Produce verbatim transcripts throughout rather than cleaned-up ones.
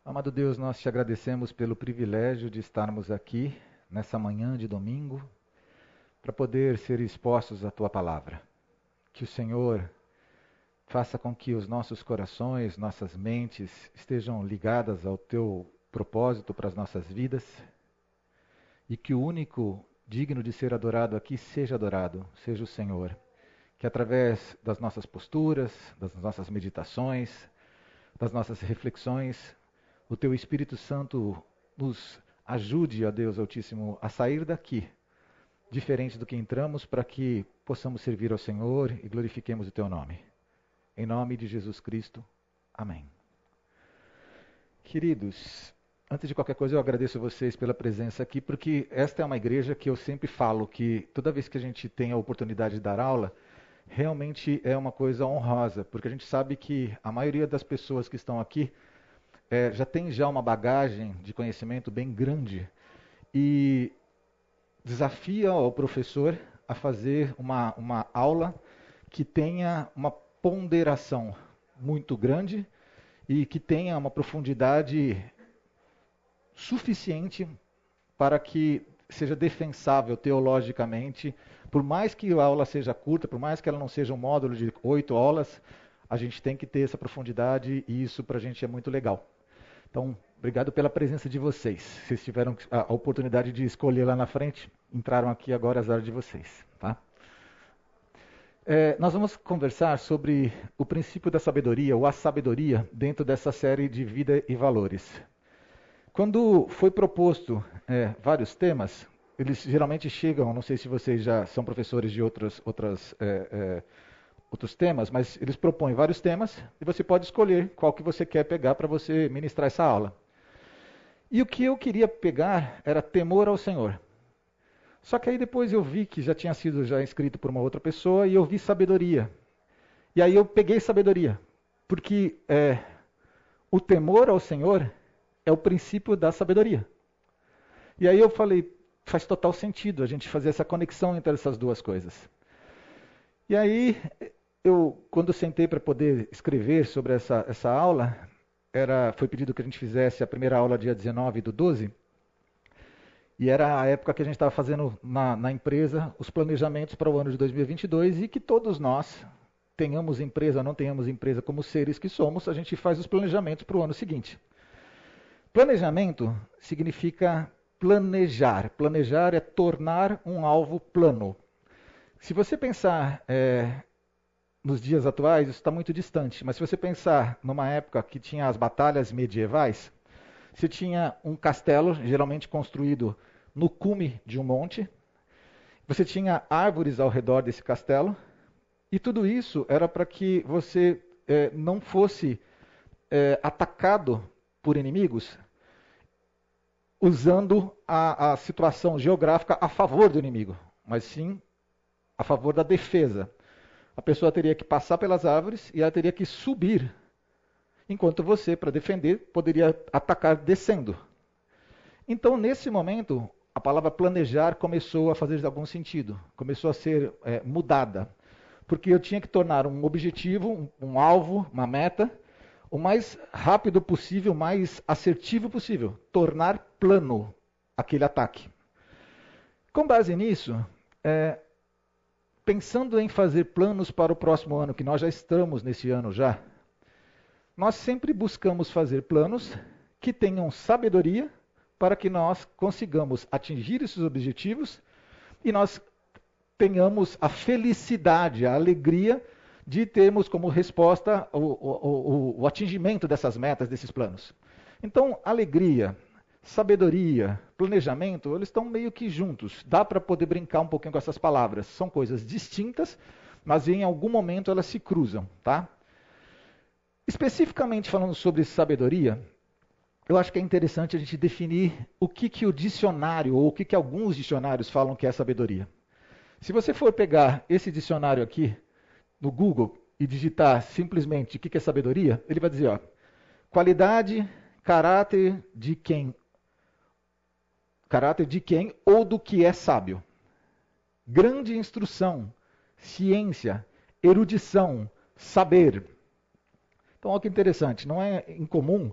Amado Deus, nós te agradecemos pelo privilégio de estarmos aqui nessa manhã de domingo para poder ser expostos à tua palavra. Que o Senhor faça com que os nossos corações, nossas mentes estejam ligadas ao teu propósito para as nossas vidas e que o único digno de ser adorado aqui seja adorado, seja o Senhor. Que através das nossas posturas, das nossas meditações, das nossas reflexões, o teu Espírito Santo nos ajude, ó Deus Altíssimo, a sair daqui, diferente do que entramos, para que possamos servir ao Senhor e glorifiquemos o teu nome. Em nome de Jesus Cristo. Amém. Queridos, antes de qualquer coisa eu agradeço a vocês pela presença aqui, porque esta é uma igreja que eu sempre falo que toda vez que a gente tem a oportunidade de dar aula, realmente é uma coisa honrosa, porque a gente sabe que a maioria das pessoas que estão aqui É, já tem já uma bagagem de conhecimento bem grande e desafia o professor a fazer uma, uma aula que tenha uma ponderação muito grande e que tenha uma profundidade suficiente para que seja defensável teologicamente. Por mais que a aula seja curta, por mais que ela não seja um módulo de oito aulas, a gente tem que ter essa profundidade e isso para a gente é muito legal. Então, obrigado pela presença de vocês. Vocês tiveram a oportunidade de escolher lá na frente, entraram aqui agora as horas de vocês. Tá? É, nós vamos conversar sobre o princípio da sabedoria, ou a sabedoria, dentro dessa série de vida e valores. Quando foi proposto é, vários temas, eles geralmente chegam, não sei se vocês já são professores de outras, outras é, é, outros temas, mas eles propõem vários temas e você pode escolher qual que você quer pegar para você ministrar essa aula. E o que eu queria pegar era temor ao Senhor. Só que aí depois eu vi que já tinha sido já escrito por uma outra pessoa e eu vi sabedoria. E aí eu peguei sabedoria, porque é, o temor ao Senhor é o princípio da sabedoria. E aí eu falei, faz total sentido a gente fazer essa conexão entre essas duas coisas. E aí, eu, quando eu sentei para poder escrever sobre essa, essa aula, era, foi pedido que a gente fizesse a primeira aula dia dezenove do doze, e era a época que a gente estava fazendo na, na empresa os planejamentos para o ano de dois mil e vinte e dois, e que todos nós, tenhamos empresa ou não tenhamos empresa, como seres que somos, a gente faz os planejamentos para o ano seguinte. Planejamento significa planejar. Planejar é tornar um alvo plano. Se você pensar é, nos dias atuais, isso está muito distante, mas se você pensar numa época que tinha as batalhas medievais, você tinha um castelo, geralmente construído no cume de um monte, você tinha árvores ao redor desse castelo, e tudo isso era para que você é, não fosse é, atacado por inimigos, usando a, a situação geográfica a favor do inimigo, mas sim a favor da defesa. A pessoa teria que passar pelas árvores e ela teria que subir, enquanto você, para defender, poderia atacar descendo. Então, nesse momento, a palavra planejar começou a fazer algum sentido, começou a ser é, mudada, porque eu tinha que tornar um objetivo, um, um alvo, uma meta, o mais rápido possível, o mais assertivo possível, tornar plano aquele ataque. Com base nisso, é, pensando em fazer planos para o próximo ano, que nós já estamos nesse ano já, nós sempre buscamos fazer planos que tenham sabedoria para que nós consigamos atingir esses objetivos e nós tenhamos a felicidade, a alegria de termos como resposta o, o, o, o atingimento dessas metas, desses planos. Então, alegria, sabedoria, planejamento, eles estão meio que juntos. Dá para poder brincar um pouquinho com essas palavras. São coisas distintas, mas em algum momento elas se cruzam, tá? Especificamente falando sobre sabedoria, eu acho que é interessante a gente definir o que, que o dicionário, ou o que, que alguns dicionários falam que é sabedoria. Se você for pegar esse dicionário aqui no Google e digitar simplesmente o que, que é sabedoria, ele vai dizer, ó, qualidade, caráter de quem caráter de quem ou do que é sábio. Grande instrução, ciência, erudição, saber. Então, olha que interessante, não é incomum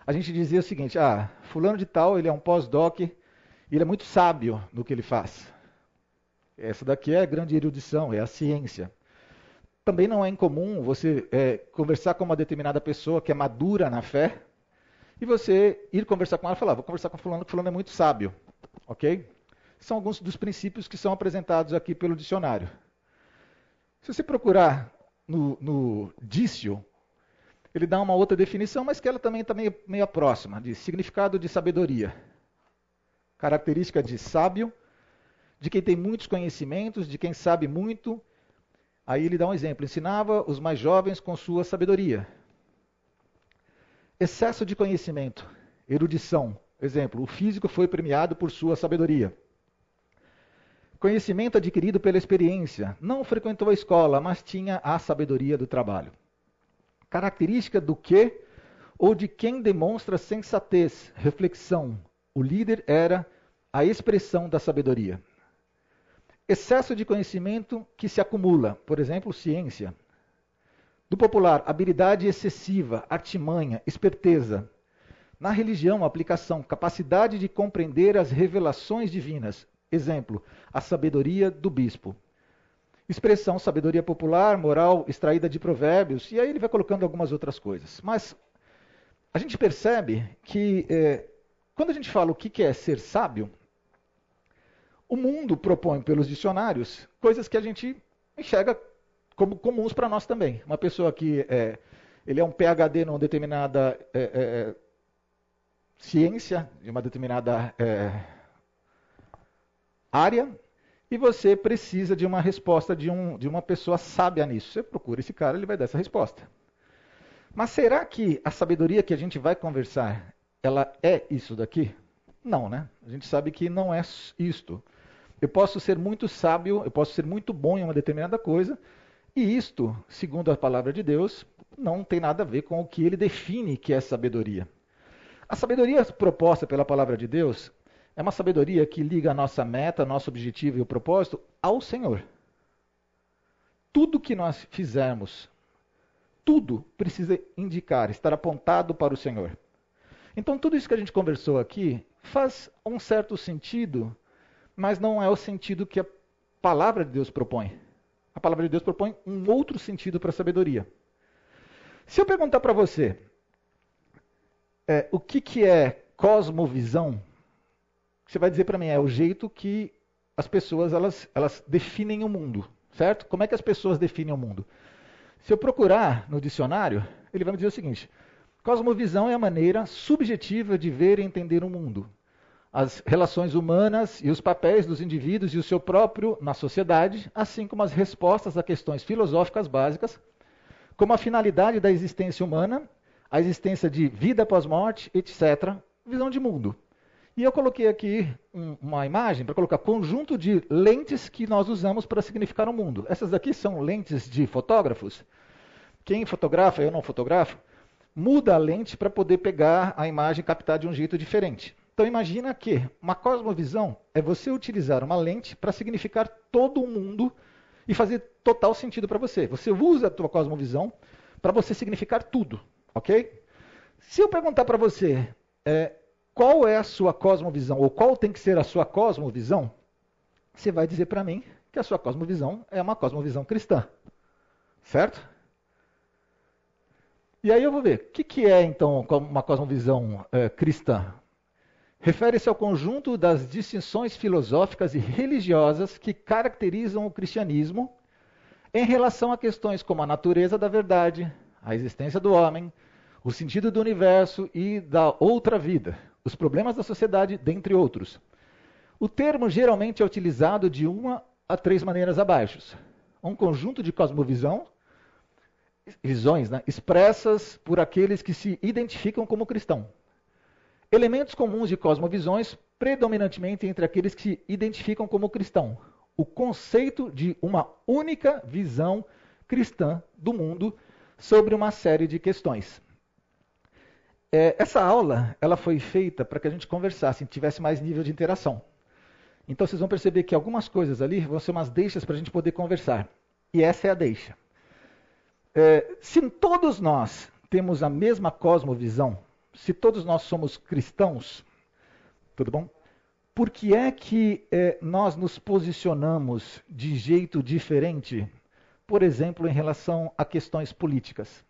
a gente dizia o seguinte: ah, fulano de tal, ele é um pós-doc, e ele é muito sábio no que ele faz. Essa daqui é a grande erudição, é a ciência. Também não é incomum você é, conversar com uma determinada pessoa que é madura na fé, e você ir conversar com ela e falar: vou conversar com fulano, que fulano é muito sábio. Ok? São alguns dos princípios que são apresentados aqui pelo dicionário. Se você procurar no, no dício, ele dá uma outra definição, mas que ela também está meio, meio próxima, de significado de sabedoria. Característica de sábio, de quem tem muitos conhecimentos, de quem sabe muito. Aí ele dá um exemplo: ensinava os mais jovens com sua sabedoria. Excesso de conhecimento, erudição. Exemplo: o físico foi premiado por sua sabedoria. Conhecimento adquirido pela experiência. Não frequentou a escola, mas tinha a sabedoria do trabalho. Característica do que ou de quem demonstra sensatez, reflexão. O líder era a expressão da sabedoria. Excesso de conhecimento que se acumula, por exemplo, ciência. Do popular, habilidade excessiva, artimanha, esperteza. Na religião, aplicação, capacidade de compreender as revelações divinas. Exemplo, a sabedoria do bispo. Expressão, sabedoria popular, moral extraída de provérbios, e aí ele vai colocando algumas outras coisas. Mas a gente percebe que é, quando a gente fala o que é ser sábio, o mundo propõe pelos dicionários coisas que a gente enxerga como comuns para nós também. Uma pessoa que é, ele é um P H D numa determinada é, é, ciência, de uma determinada é, área, e você precisa de uma resposta de, um, de uma pessoa sábia nisso. Você procura esse cara, ele vai dar essa resposta. Mas será que a sabedoria que a gente vai conversar, ela é isso daqui? Não, né? A gente sabe que não é isto. Eu posso ser muito sábio, eu posso ser muito bom em uma determinada coisa, e isto, segundo a palavra de Deus, não tem nada a ver com o que ele define que é sabedoria. A sabedoria proposta pela palavra de Deus é uma sabedoria que liga a nossa meta, nosso objetivo e o propósito ao Senhor. Tudo que nós fizermos, tudo precisa indicar, estar apontado para o Senhor. Então, tudo isso que a gente conversou aqui faz um certo sentido, mas não é o sentido que a palavra de Deus propõe. A palavra de Deus propõe um outro sentido para a sabedoria. Se eu perguntar para você é, o que, que é cosmovisão, você vai dizer para mim: é o jeito que as pessoas elas, elas definem o mundo, certo? Como é que as pessoas definem o mundo? Se eu procurar no dicionário, ele vai me dizer o seguinte: cosmovisão é a maneira subjetiva de ver e entender o mundo, as relações humanas e os papéis dos indivíduos e o seu próprio na sociedade, assim como as respostas a questões filosóficas básicas, como a finalidade da existência humana, a existência de vida após morte, etcétera. Visão de mundo. E eu coloquei aqui um, uma imagem para colocar conjunto de lentes que nós usamos para significar o mundo. Essas daqui são lentes de fotógrafos. Quem fotografa, eu não fotografo, muda a lente para poder pegar a imagem e captar de um jeito diferente. Então imagina que uma cosmovisão é você utilizar uma lente para significar todo o mundo e fazer total sentido para você. Você usa a tua cosmovisão para você significar tudo, ok? Se eu perguntar para você é, qual é a sua cosmovisão, ou qual tem que ser a sua cosmovisão, você vai dizer para mim que a sua cosmovisão é uma cosmovisão cristã, certo? E aí eu vou ver, o que, que é então uma cosmovisão é, cristã? Refere-se ao conjunto das distinções filosóficas e religiosas que caracterizam o cristianismo em relação a questões como a natureza da verdade, a existência do homem, o sentido do universo e da outra vida, os problemas da sociedade, dentre outros. O termo geralmente é utilizado de uma a três maneiras abaixo. Um conjunto de cosmovisão, visões, né, expressas por aqueles que se identificam como cristão. Elementos comuns de cosmovisões, predominantemente entre aqueles que se identificam como cristão. O conceito de uma única visão cristã do mundo sobre uma série de questões. É, essa aula ela foi feita para que a gente conversasse, tivesse mais nível de interação. Então vocês vão perceber que algumas coisas ali vão ser umas deixas para a gente poder conversar. E essa é a deixa. É, se todos nós temos a mesma cosmovisão, se todos nós somos cristãos, tudo bom? Por que é que é, nós nos posicionamos de jeito diferente, por exemplo, em relação a questões políticas?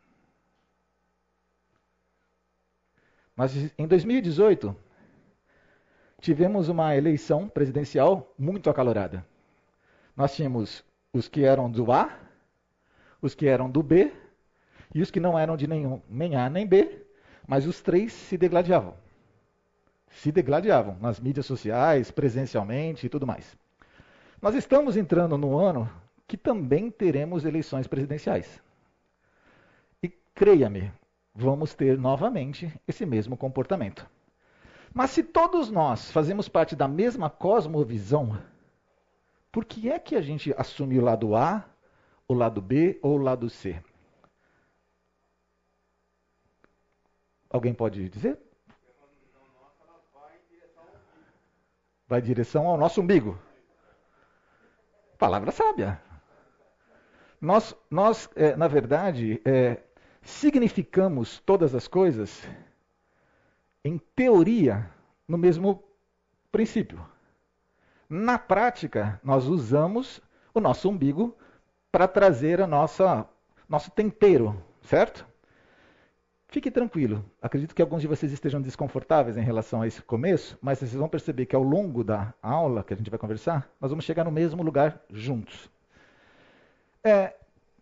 Mas em dois mil e dezoito, tivemos uma eleição presidencial muito acalorada. Nós tínhamos os que eram do A, os que eram do B e os que não eram de nenhum, nem A nem B, mas os três se degladiavam. Se degladiavam nas mídias sociais, presencialmente e tudo mais. Nós estamos entrando no ano que também teremos eleições presidenciais. E creia-me, vamos ter novamente esse mesmo comportamento. Mas se todos nós fazemos parte da mesma cosmovisão, por que é que a gente assume o lado A, o lado B ou o lado C? Alguém pode dizer? Vai em direção ao nosso umbigo. Palavra sábia. Nós, nós é, na verdade, é, significamos todas as coisas, em teoria, no mesmo princípio. Na prática, nós usamos o nosso umbigo para trazer a nossa nosso tempero, certo? Fique tranquilo. Acredito que alguns de vocês estejam desconfortáveis em relação a esse começo, mas vocês vão perceber que ao longo da aula que a gente vai conversar, nós vamos chegar no mesmo lugar juntos. É,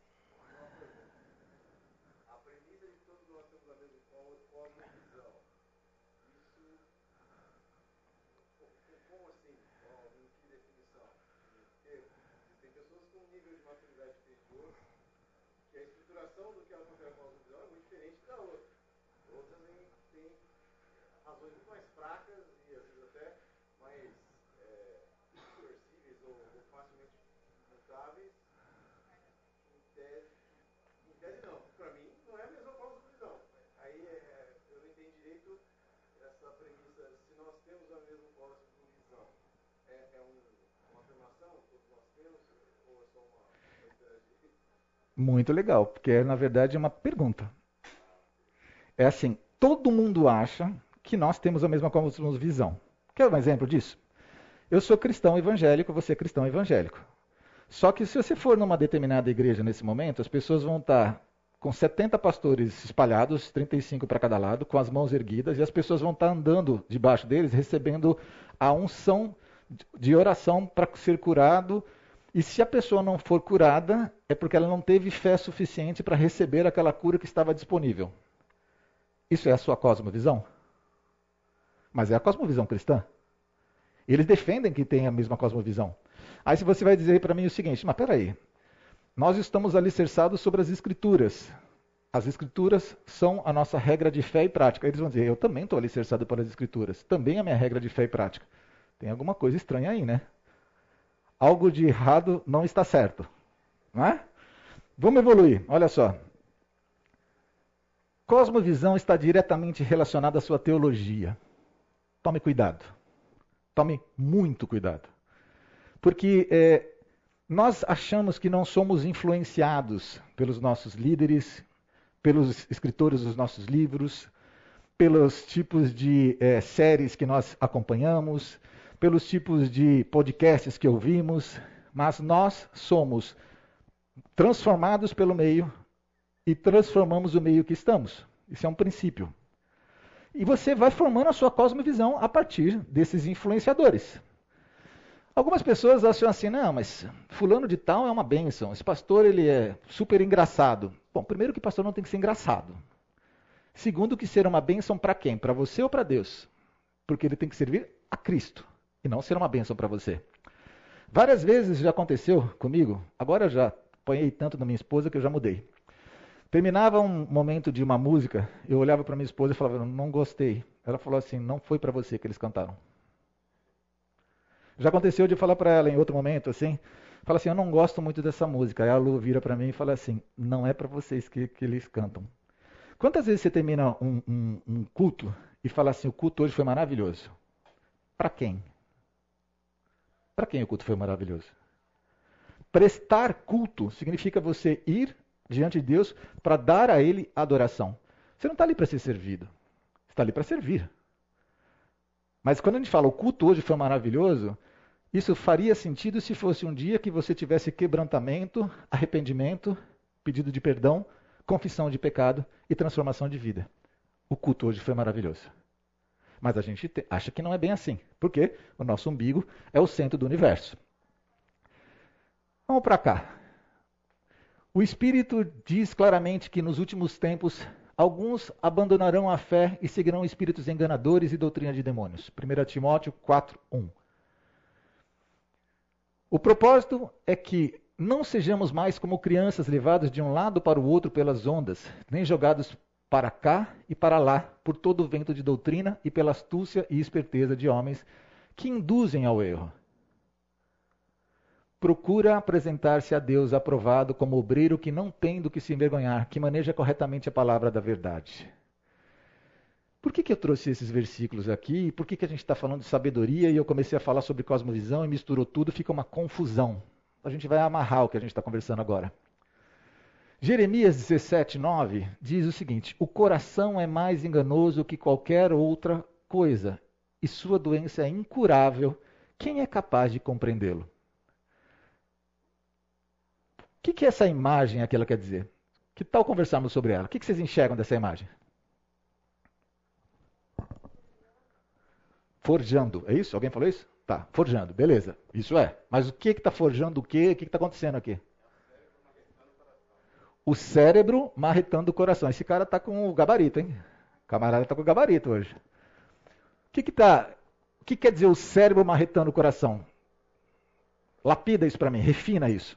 muito legal, porque é, na verdade, uma pergunta. É assim, todo mundo acha que nós temos a mesma cosmovisão. Quer um exemplo disso? Eu sou cristão evangélico, você é cristão evangélico. Só que se você for numa determinada igreja nesse momento, as pessoas vão estar com setenta pastores espalhados, trinta e cinco para cada lado, com as mãos erguidas, e as pessoas vão estar andando debaixo deles, recebendo a unção de oração para ser curado. E se a pessoa não for curada, é porque ela não teve fé suficiente para receber aquela cura que estava disponível. Isso é a sua cosmovisão? Mas é a cosmovisão cristã. Eles defendem que tem a mesma cosmovisão. Aí se você vai dizer para mim o seguinte, mas peraí, nós estamos alicerçados sobre as escrituras. As escrituras são a nossa regra de fé e prática. Eles vão dizer, eu também estou alicerçado pelas escrituras. Também é a minha regra de fé e prática. Tem alguma coisa estranha aí, né? Algo de errado não está certo. Não é? Vamos evoluir, olha só. Cosmovisão está diretamente relacionada à sua teologia. Tome cuidado. Tome muito cuidado. Porque é, nós achamos que não somos influenciados pelos nossos líderes, pelos escritores dos nossos livros, pelos tipos de é, séries que nós acompanhamos, pelos tipos de podcasts que ouvimos, mas nós somos transformados pelo meio e transformamos o meio que estamos. Isso é um princípio. E você vai formando a sua cosmovisão a partir desses influenciadores. Algumas pessoas acham assim, não, mas fulano de tal é uma bênção, esse pastor ele é super engraçado. Bom, primeiro que pastor não tem que ser engraçado. Segundo que ser uma bênção para quem? Para você ou para Deus? Porque ele tem que servir a Cristo e não ser uma bênção para você. Várias vezes já aconteceu comigo, agora eu já apanhei tanto na minha esposa que eu já mudei. Terminava um momento de uma música, eu olhava para minha esposa e falava, não gostei. Ela falou assim, não foi para você que eles cantaram. Já aconteceu de falar para ela em outro momento, assim, fala assim, eu não gosto muito dessa música. Aí a Lu vira para mim e fala assim, não é para vocês que, que eles cantam. Quantas vezes você termina um, um, um culto e fala assim, o culto hoje foi maravilhoso? Para quem? Para quem o culto foi maravilhoso? Prestar culto significa você ir diante de Deus para dar a Ele adoração. Você não está ali para ser servido. está ali para servir. Mas quando a gente fala o culto hoje foi maravilhoso, isso faria sentido se fosse um dia que você tivesse quebrantamento, arrependimento, pedido de perdão, confissão de pecado e transformação de vida. O culto hoje foi maravilhoso. Mas a gente te- acha que não é bem assim, porque o nosso umbigo é o centro do universo. Vamos para cá. O Espírito diz claramente que nos últimos tempos alguns abandonarão a fé e seguirão espíritos enganadores e doutrina de demônios. primeiro Timóteo quatro, um. O propósito é que não sejamos mais como crianças levados de um lado para o outro pelas ondas, nem jogados para cá e para lá por todo o vento de doutrina e pela astúcia e esperteza de homens que induzem ao erro. Procura apresentar-se a Deus aprovado como obreiro que não tem do que se envergonhar, que maneja corretamente a palavra da verdade. Por que, que eu trouxe esses versículos aqui? Por que, que a gente está falando de sabedoria e eu comecei a falar sobre cosmovisão e misturou tudo, fica uma confusão. A gente vai amarrar o que a gente está conversando agora. Jeremias dezessete, nove diz o seguinte: o coração é mais enganoso que qualquer outra coisa, e sua doença é incurável. Quem é capaz de compreendê-lo? O que, que é essa imagem aqui ela quer dizer? Que tal conversarmos sobre ela? O que, que vocês enxergam dessa imagem? Forjando, é isso? Alguém falou isso? Tá, forjando, beleza. Isso é. Mas o que está forjando o quê? O que está acontecendo aqui? O cérebro marretando o coração. Esse cara está com o gabarito, hein? O camarada está com o gabarito hoje. O que, que, tá, o que quer dizer o cérebro marretando o coração? Lapida isso para mim, refina isso.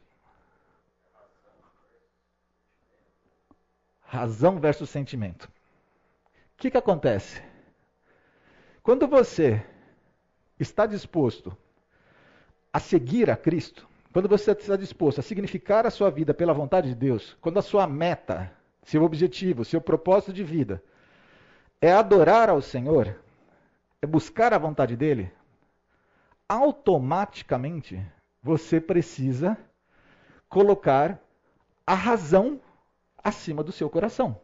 Razão versus sentimento. O que, que acontece? Quando você está disposto a seguir a Cristo, quando você está disposto a significar a sua vida pela vontade de Deus, quando a sua meta, seu objetivo, seu propósito de vida é adorar ao Senhor, é buscar a vontade dEle, automaticamente você precisa colocar a razão acima do seu coração.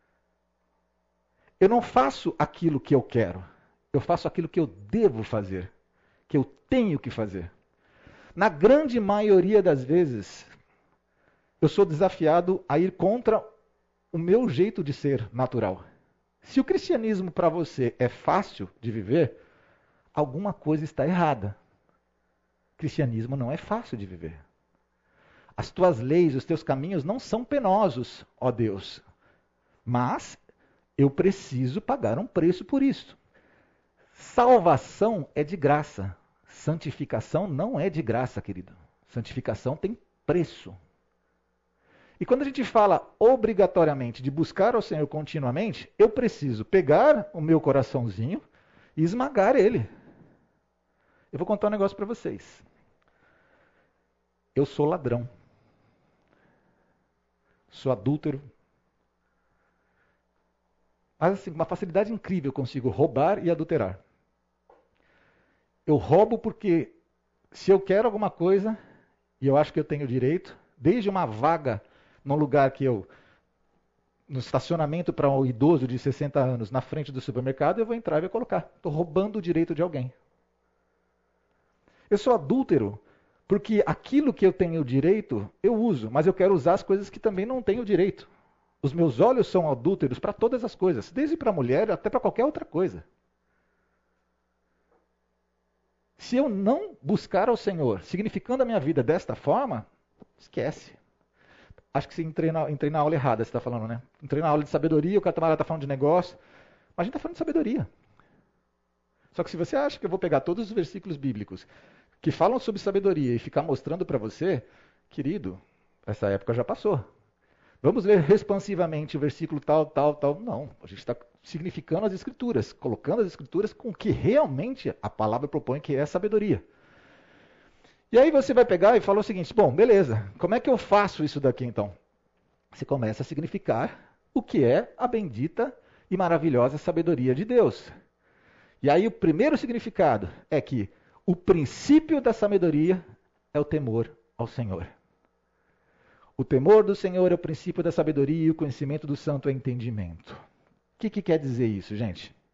Eu não faço aquilo que eu quero, eu faço aquilo que eu devo fazer, que eu tenho que fazer. Na grande maioria das vezes, eu sou desafiado a ir contra o meu jeito de ser natural. Se o cristianismo para você é fácil de viver, alguma coisa está errada. O cristianismo não é fácil de viver. As tuas leis, os teus caminhos não são penosos, ó Deus. Mas eu preciso pagar um preço por isso. Salvação é de graça. Santificação não é de graça, querido. Santificação tem preço. E quando a gente fala obrigatoriamente de buscar ao Senhor continuamente, eu preciso pegar o meu coraçãozinho e esmagar ele. Eu vou contar um negócio para vocês. Eu sou ladrão. Sou adúltero. Mas assim, com uma facilidade incrível eu consigo roubar e adulterar. Eu roubo porque se eu quero alguma coisa, e eu acho que eu tenho direito, desde uma vaga num lugar que eu, no estacionamento para um idoso de sessenta anos, na frente do supermercado, eu vou entrar e vou colocar. Estou roubando o direito de alguém. Eu sou adúltero porque aquilo que eu tenho direito, eu uso, mas eu quero usar as coisas que também não tenho direito. Os meus olhos são adúlteros para todas as coisas, desde para a mulher até para qualquer outra coisa. Se eu não buscar ao Senhor, significando a minha vida desta forma, esquece. Acho que você entrei na, entrei na aula errada, você está falando, né? Entrei na aula de sabedoria, o camarada está falando de negócio, mas a gente está falando de sabedoria. Só que se você acha que eu vou pegar todos os versículos bíblicos que falam sobre sabedoria e ficar mostrando para você, querido, essa época já passou. Vamos ler expansivamente o versículo tal, tal, tal. Não, a gente está significando as escrituras, colocando as escrituras com o que realmente a palavra propõe, que é a sabedoria. E aí você vai pegar e falar o seguinte, bom, beleza, como é que eu faço isso daqui então? Você começa a significar o que é a bendita e maravilhosa sabedoria de Deus. E aí o primeiro significado é que o princípio da sabedoria é o temor ao Senhor. O temor do Senhor é o princípio da sabedoria e o conhecimento do santo é entendimento. O que, que quer dizer isso, gente?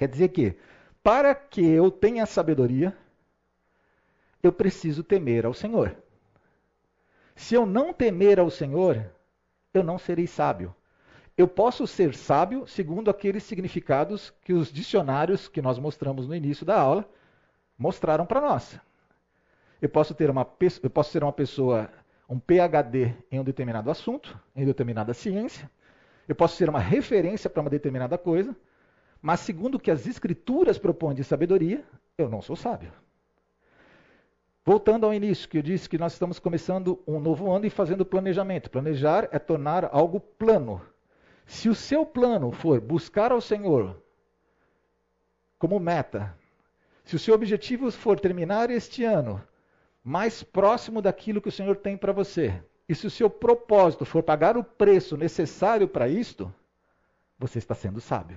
Quer dizer que, para que eu tenha sabedoria, eu preciso temer ao Senhor. Se eu não temer ao Senhor, eu não serei sábio. Eu posso ser sábio segundo aqueles significados que os dicionários que nós mostramos no início da aula mostraram para nós. Eu posso ter uma, eu posso ser uma pessoa, um P H D em um determinado assunto, em determinada ciência. Eu posso ser uma referência para uma determinada coisa, mas segundo o que as Escrituras propõem de sabedoria, eu não sou sábio. Voltando ao início, que eu disse que nós estamos começando um novo ano e fazendo planejamento. Planejar é tornar algo plano. Se o seu plano for buscar ao Senhor como meta, se o seu objetivo for terminar este ano mais próximo daquilo que o Senhor tem para você, e se o seu propósito for pagar o preço necessário para isto, você está sendo sábio.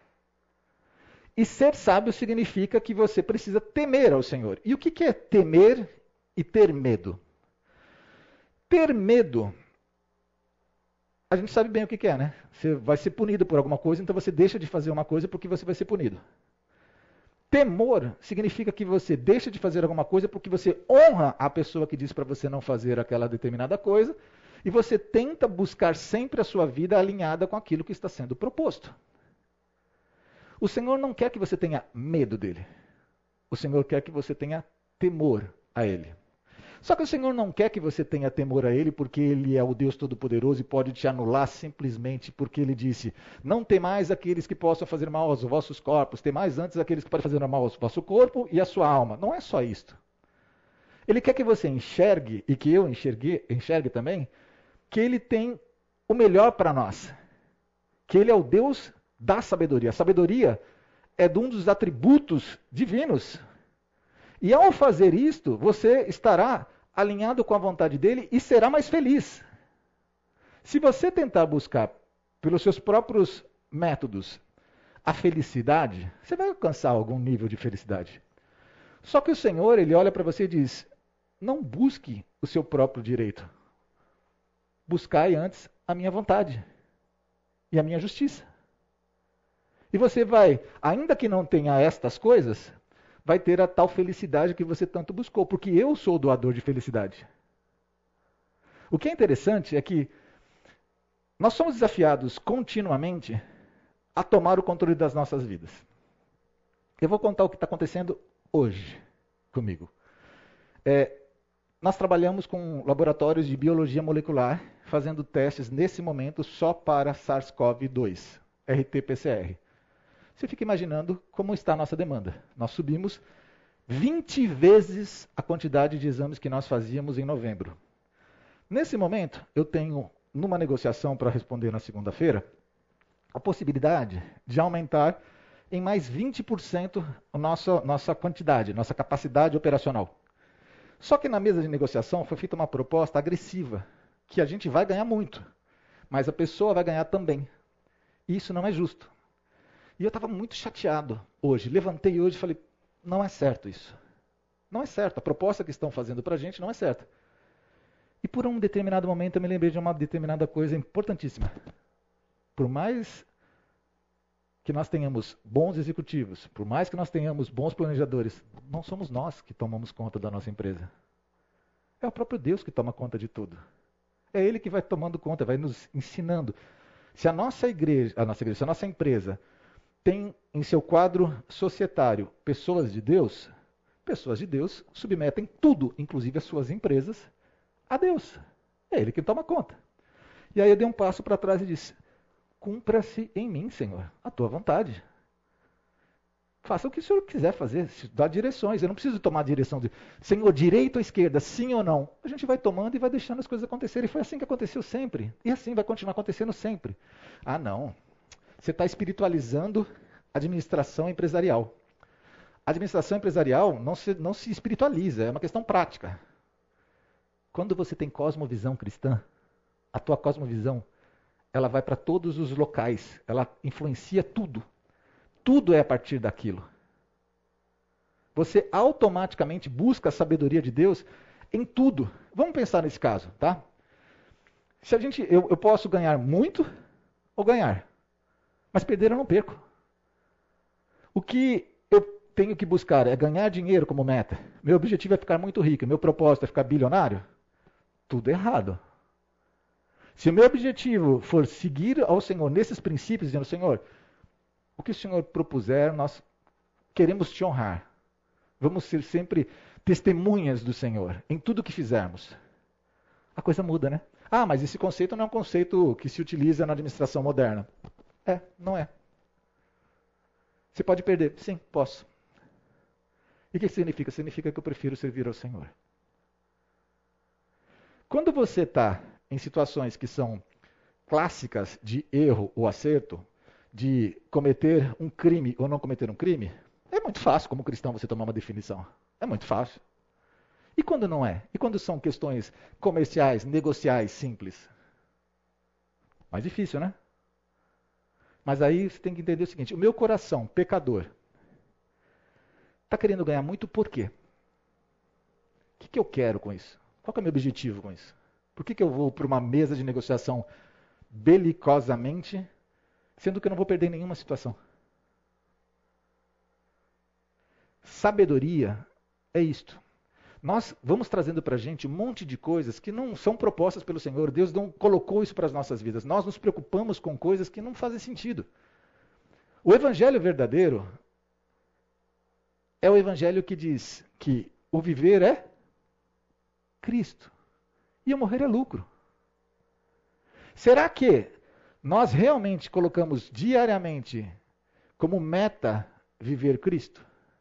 E ser sábio significa que você precisa temer ao Senhor. E o que é temer e ter medo? Ter medo, a gente sabe bem o que é, né? Você vai ser punido por alguma coisa, então você deixa de fazer uma coisa porque você vai ser punido. Temor significa que você deixa de fazer alguma coisa porque você honra a pessoa que diz para você não fazer aquela determinada coisa, e você tenta buscar sempre a sua vida alinhada com aquilo que está sendo proposto. O Senhor não quer que você tenha medo dele. O Senhor quer que você tenha temor a ele. Só que o Senhor não quer que você tenha temor a ele porque ele é o Deus Todo-Poderoso e pode te anular simplesmente porque ele disse: não temais aqueles que possam fazer mal aos vossos corpos, temais antes aqueles que podem fazer mal ao vosso corpo e à sua alma. Não é só isto. Ele quer que você enxergue, e que eu enxergue, enxergue também, que ele tem o melhor para nós. Que ele é o Deus da sabedoria. A sabedoria é de um dos atributos divinos. E ao fazer isto, você estará alinhado com a vontade dele e será mais feliz. Se você tentar buscar pelos seus próprios métodos a felicidade, você vai alcançar algum nível de felicidade. Só que o Senhor, ele olha para você e diz: não busque o seu próprio direito. Buscai antes a minha vontade e a minha justiça. E você vai, ainda que não tenha estas coisas, vai ter a tal felicidade que você tanto buscou, porque eu sou o doador de felicidade. O que é interessante é que nós somos desafiados continuamente a tomar o controle das nossas vidas. Eu vou contar o que está acontecendo hoje comigo. É, nós trabalhamos com laboratórios de biologia molecular, fazendo testes nesse momento só para SARS-CoV dois, R T P C R. Você fica imaginando como está a nossa demanda. Nós subimos vinte vezes a quantidade de exames que nós fazíamos em novembro. Nesse momento, eu tenho, numa negociação para responder na segunda-feira, a possibilidade de aumentar em mais vinte por cento a nossa, nossa quantidade, nossa capacidade operacional. Só que na mesa de negociação foi feita uma proposta agressiva, que a gente vai ganhar muito, mas a pessoa vai ganhar também. E isso não é justo. E eu estava muito chateado hoje. Levantei hoje e falei: não é certo isso. Não é certo. A proposta que estão fazendo para a gente não é certa. E por um determinado momento eu me lembrei de uma determinada coisa importantíssima. Por mais que nós tenhamos bons executivos, por mais que nós tenhamos bons planejadores, não somos nós que tomamos conta da nossa empresa. É o próprio Deus que toma conta de tudo. É Ele que vai tomando conta, vai nos ensinando. Se a nossa igreja, a nossa igreja, se a nossa empresa tem em seu quadro societário pessoas de Deus, pessoas de Deus submetem tudo, inclusive as suas empresas, a Deus. É Ele que toma conta. E aí eu dei um passo para trás e disse: cumpra-se em mim, Senhor, a tua vontade. Faça o que o Senhor quiser fazer, dá direções. Eu não preciso tomar a direção de Senhor, direita ou esquerda, sim ou não. A gente vai tomando e vai deixando as coisas acontecerem. E foi assim que aconteceu sempre. E assim vai continuar acontecendo sempre. Ah, não. Você está espiritualizando a administração empresarial. A administração empresarial não se, não se espiritualiza, é uma questão prática. Quando você tem cosmovisão cristã, a tua cosmovisão, ela vai para todos os locais, ela influencia tudo. Tudo é a partir daquilo. Você automaticamente busca a sabedoria de Deus em tudo. Vamos pensar nesse caso, tá? Se a gente, eu, eu posso ganhar muito ou ganhar. Mas perder eu não perco. O que eu tenho que buscar é ganhar dinheiro como meta. Meu objetivo é ficar muito rico, meu propósito é ficar bilionário? Tudo errado. Se o meu objetivo for seguir ao Senhor nesses princípios, dizendo, Senhor, o que o Senhor propuser, nós queremos te honrar. Vamos ser sempre testemunhas do Senhor em tudo que fizermos. A coisa muda, né? Ah, mas esse conceito não é um conceito que se utiliza na administração moderna. É, não é. Você pode perder? Sim, posso. E o que significa? Significa que eu prefiro servir ao Senhor. Quando você está em situações que são clássicas de erro ou acerto, de cometer um crime ou não cometer um crime, é muito fácil como cristão você tomar uma definição. É muito fácil. E quando não é? E quando são questões comerciais, negociais, simples? Mais difícil, né? Mas aí você tem que entender o seguinte, o meu coração, pecador, está querendo ganhar muito por quê? O que, que eu quero com isso? Qual que é o meu objetivo com isso? Por que, que eu vou para uma mesa de negociação belicosamente, sendo que eu não vou perder nenhuma situação? Sabedoria é isto. Nós vamos trazendo para a gente um monte de coisas que não são propostas pelo Senhor. Deus não colocou isso para as nossas vidas. Nós nos preocupamos com coisas que não fazem sentido. O evangelho verdadeiro é o evangelho que diz que o viver é Cristo e o morrer é lucro. Será que nós realmente colocamos diariamente como meta viver Cristo?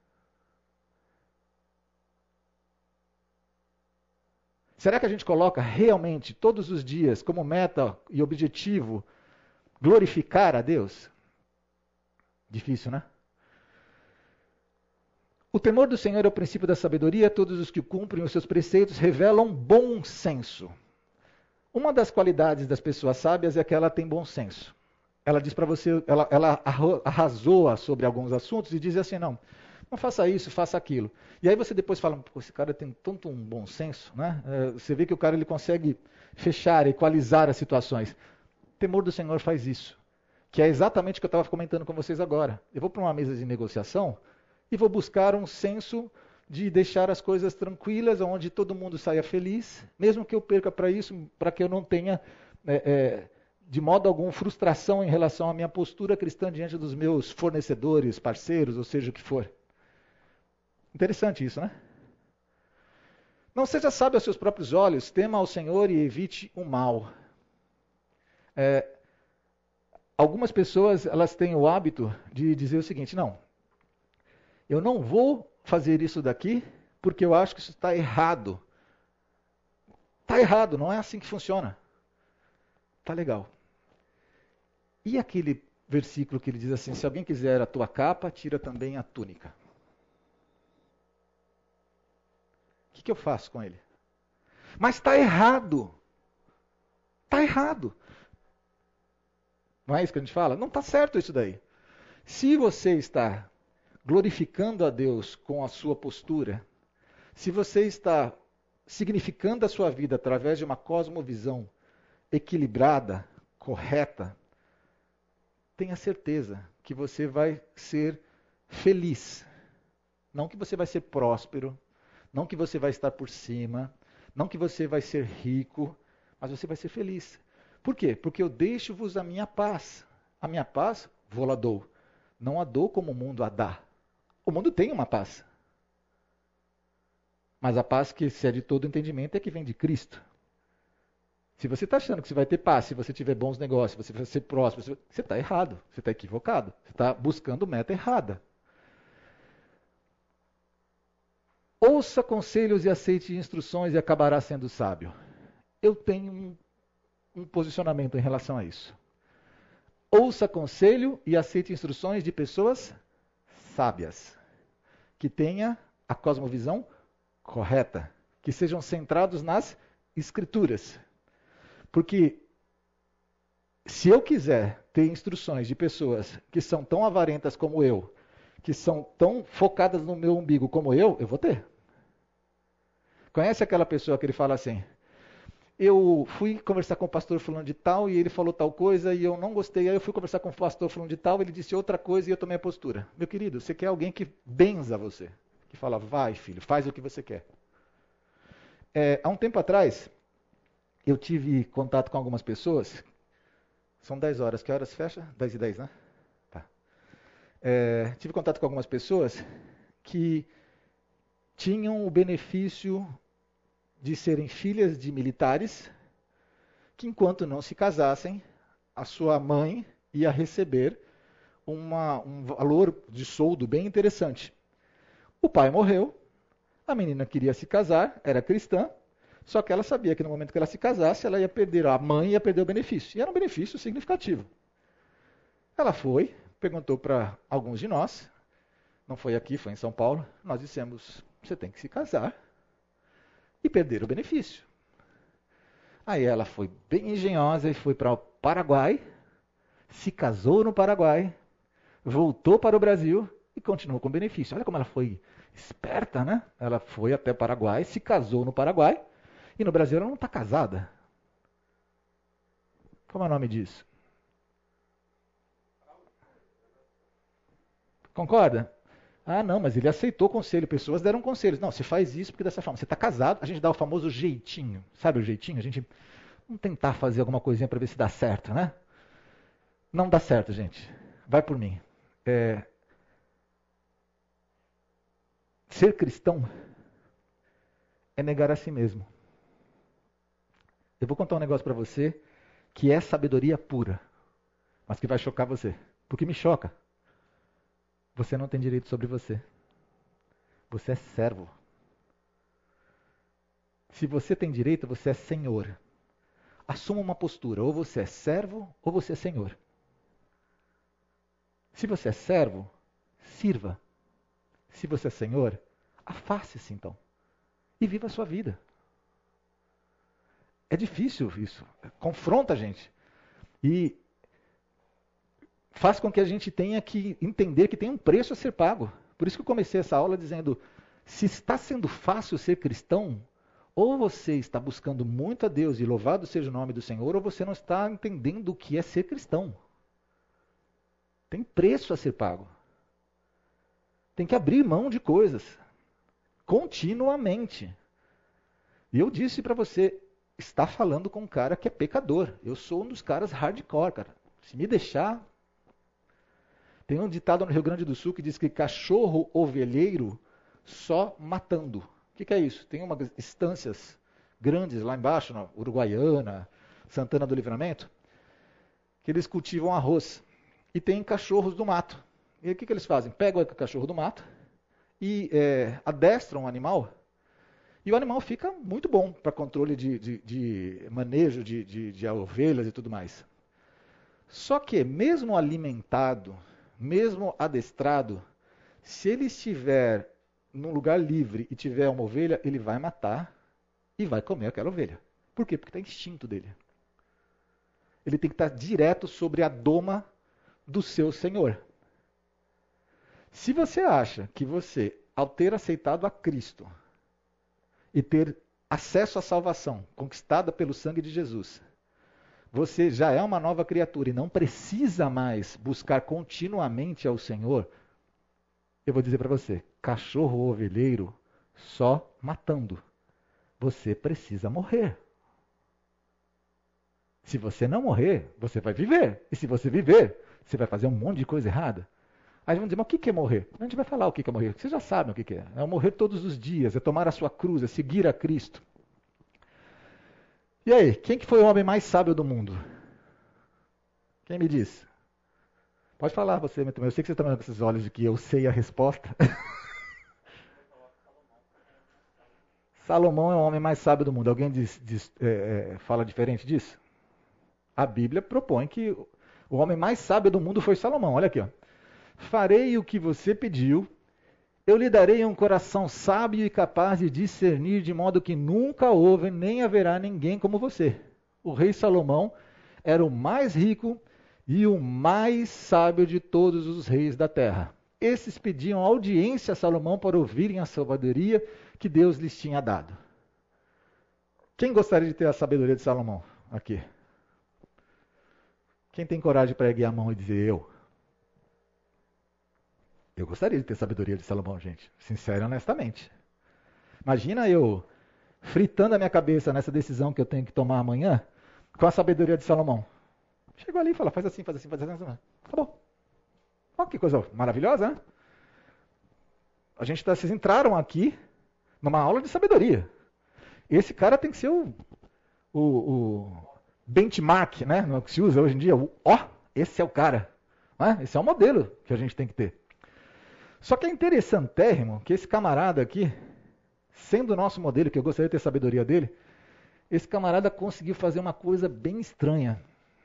Será que a gente coloca realmente todos os dias como meta e objetivo glorificar a Deus? Difícil, né? O temor do Senhor é o princípio da sabedoria, todos os que cumprem os seus preceitos revelam bom senso. Uma das qualidades das pessoas sábias é que ela tem bom senso. Ela diz para você, ela, ela arrasou sobre alguns assuntos e diz assim, não, não faça isso, faça aquilo. E aí você depois fala, esse cara tem tanto um bom senso, né? É, você vê que o cara ele consegue fechar, equalizar as situações. O temor do Senhor faz isso, que é exatamente o que eu estava comentando com vocês agora. Eu vou para uma mesa de negociação e vou buscar um senso de deixar as coisas tranquilas, onde todo mundo saia feliz, mesmo que eu perca para isso, para que eu não tenha, é, é, de modo algum, frustração em relação à minha postura cristã diante dos meus fornecedores, parceiros, ou seja o que for. Interessante isso, né? Não seja sábio aos seus próprios olhos, tema ao Senhor e evite o mal. É, algumas pessoas elas têm o hábito de dizer o seguinte, não, eu não vou fazer isso daqui porque eu acho que isso está errado. Está errado, não é assim que funciona. Está legal. E aquele versículo que ele diz assim, se alguém quiser a tua capa, tira também a túnica. O que, que eu faço com ele? Mas está errado. Está errado. Não é isso que a gente fala? Não está certo isso daí. Se você está glorificando a Deus com a sua postura, se você está significando a sua vida através de uma cosmovisão equilibrada, correta, tenha certeza que você vai ser feliz. Não que você vai ser próspero, não que você vai estar por cima, não que você vai ser rico, mas você vai ser feliz. Por quê? Porque eu deixo-vos a minha paz. A minha paz, vou-la dou. Não a dou como o mundo a dá. O mundo tem uma paz. Mas a paz que excede todo entendimento é que vem de Cristo. Se você está achando que você vai ter paz, se você tiver bons negócios, você vai ser próspero, você está errado, você está equivocado. Você está buscando meta errada. Ouça conselhos e aceite instruções e acabará sendo sábio. Eu tenho um, um posicionamento em relação a isso. Ouça conselho e aceite instruções de pessoas sábias, que tenha a cosmovisão correta, que sejam centrados nas escrituras. Porque se eu quiser ter instruções de pessoas que são tão avarentas como eu, que são tão focadas no meu umbigo como eu, eu vou ter. Conhece aquela pessoa que ele fala assim, eu fui conversar com o pastor fulano de tal e ele falou tal coisa e eu não gostei. Aí eu fui conversar com o pastor fulano de tal, ele disse outra coisa e eu tomei a postura. Meu querido, você quer alguém que benza você, que fala, vai filho, faz o que você quer. É, há um tempo atrás, eu tive contato com algumas pessoas. São dez horas, que horas fecha? dez e dez, né? Tá. É, tive contato com algumas pessoas que tinham o benefício de serem filhas de militares, que enquanto não se casassem, a sua mãe ia receber uma, um valor de soldo bem interessante. O pai morreu, a menina queria se casar, era cristã, só que ela sabia que no momento que ela se casasse, ela ia perder, a mãe ia perder o benefício. E era um benefício significativo. Ela foi, perguntou para alguns de nós, não foi aqui, foi em São Paulo, nós dissemos, você tem que se casar e perder o benefício. Aí ela foi bem engenhosa e foi para o Paraguai, se casou no Paraguai, voltou para o Brasil e continuou com o benefício. Olha como ela foi esperta, né? Ela foi até o Paraguai, se casou no Paraguai e no Brasil ela não está casada. Como é o nome disso? Concorda? Ah, não, mas ele aceitou o conselho. Pessoas deram conselhos. Não, você faz isso porque dessa forma. Você está casado, a gente dá o famoso jeitinho. Sabe o jeitinho? A gente vamos tentar fazer alguma coisinha para ver se dá certo, né? Não dá certo, gente. Vai por mim. É... Ser cristão é negar a si mesmo. Eu vou contar um negócio para você que é sabedoria pura, mas que vai chocar você. Porque me choca. Você não tem direito sobre você. Você é servo. Se você tem direito, você é senhor. Assuma uma postura. Ou você é servo, ou você é senhor. Se você é servo, sirva. Se você é senhor, afaste-se então. E viva a sua vida. É difícil isso. Confronta a gente. E faz com que a gente tenha que entender que tem um preço a ser pago. Por isso que eu comecei essa aula dizendo, se está sendo fácil ser cristão, ou você está buscando muito a Deus e louvado seja o nome do Senhor, ou você não está entendendo o que é ser cristão. Tem preço a ser pago. Tem que abrir mão de coisas. Continuamente. E eu disse para você, está falando com um cara que é pecador. Eu sou um dos caras hardcore, cara. Se me deixar... Tem um ditado no Rio Grande do Sul que diz que cachorro ovelheiro só matando. O que, que é isso? Tem umas estâncias grandes lá embaixo, na Uruguaiana, Santana do Livramento, que eles cultivam arroz. E tem cachorros do mato. E o que, que eles fazem? Pegam o cachorro do mato e é, adestram o animal. E o animal fica muito bom para controle de, de, de manejo de, de, de ovelhas e tudo mais. Só que, mesmo alimentado, mesmo adestrado, se ele estiver num lugar livre e tiver uma ovelha, ele vai matar e vai comer aquela ovelha. Por quê? Porque está instinto dele. Ele tem que estar direto sobre a doma do seu Senhor. Se você acha que você, ao ter aceitado a Cristo e ter acesso à salvação conquistada pelo sangue de Jesus, você já é uma nova criatura e não precisa mais buscar continuamente ao Senhor, eu vou dizer para você, cachorro ou ovelheiro só matando. Você precisa morrer. Se você não morrer, você vai viver. E se você viver, você vai fazer um monte de coisa errada. Aí vamos dizer, mas o que é morrer? A gente vai falar o que é morrer. Vocês já sabem o que é. É morrer todos os dias, é tomar a sua cruz, é seguir a Cristo. E aí, quem que foi o homem mais sábio do mundo? Quem me diz? Pode falar você também. Eu sei que você está com esses olhos de que eu sei a resposta. Salomão é o homem mais sábio do mundo. Alguém diz, diz, é, é, fala diferente disso? A Bíblia propõe que o homem mais sábio do mundo foi Salomão. Olha aqui, ó. Farei o que você pediu, eu lhe darei um coração sábio e capaz de discernir, de modo que nunca houve nem haverá ninguém como você. O rei Salomão era o mais rico e o mais sábio de todos os reis da terra. Esses pediam audiência a Salomão para ouvirem a sabedoria que Deus lhes tinha dado. Quem gostaria de ter a sabedoria de Salomão? Aqui. Quem tem coragem para erguer a mão e dizer eu? Eu gostaria de ter a sabedoria de Salomão, gente. Sincero e honestamente. Imagina eu fritando a minha cabeça nessa decisão que eu tenho que tomar amanhã com a sabedoria de Salomão. Chegou ali e fala, faz assim, faz assim, faz assim. Acabou. Olha que coisa maravilhosa, né? A gente tá, vocês entraram aqui numa aula de sabedoria. Esse cara tem que ser o, o, o benchmark, né? Que se usa hoje em dia. O, ó, esse é o cara. Né? Esse é o modelo que a gente tem que ter. Só que é interessantérrimo que esse camarada aqui, sendo o nosso modelo, que eu gostaria de ter sabedoria dele, esse camarada conseguiu fazer uma coisa bem estranha.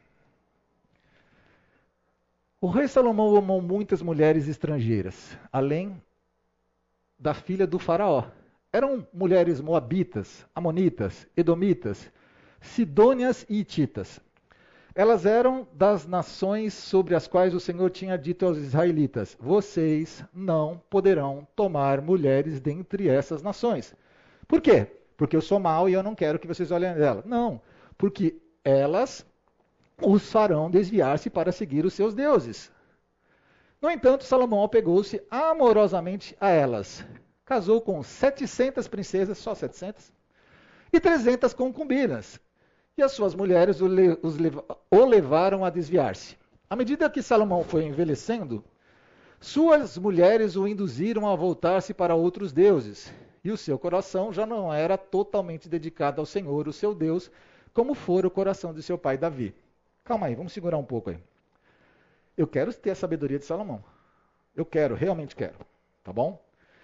O rei Salomão amou muitas mulheres estrangeiras, além da filha do faraó. Eram mulheres moabitas, amonitas, edomitas, sidônias e hititas. Elas eram das nações sobre as quais o Senhor tinha dito aos israelitas: vocês não poderão tomar mulheres dentre essas nações. Por quê? Porque eu sou mau e eu não quero que vocês olhem dela. Não, porque elas os farão desviar-se para seguir os seus deuses. No entanto, Salomão apegou-se amorosamente a elas. Casou com setecentas princesas, só setecentas, e trezentas concubinas. E as suas mulheres o, le, os, o levaram a desviar-se. À medida que Salomão foi envelhecendo, suas mulheres o induziram a voltar-se para outros deuses. E o seu coração já não era totalmente dedicado ao Senhor, o seu Deus, como fora o coração de seu pai Davi. Calma aí, vamos segurar um pouco aí. Eu quero ter a sabedoria de Salomão. Eu quero, realmente quero. Tá bom?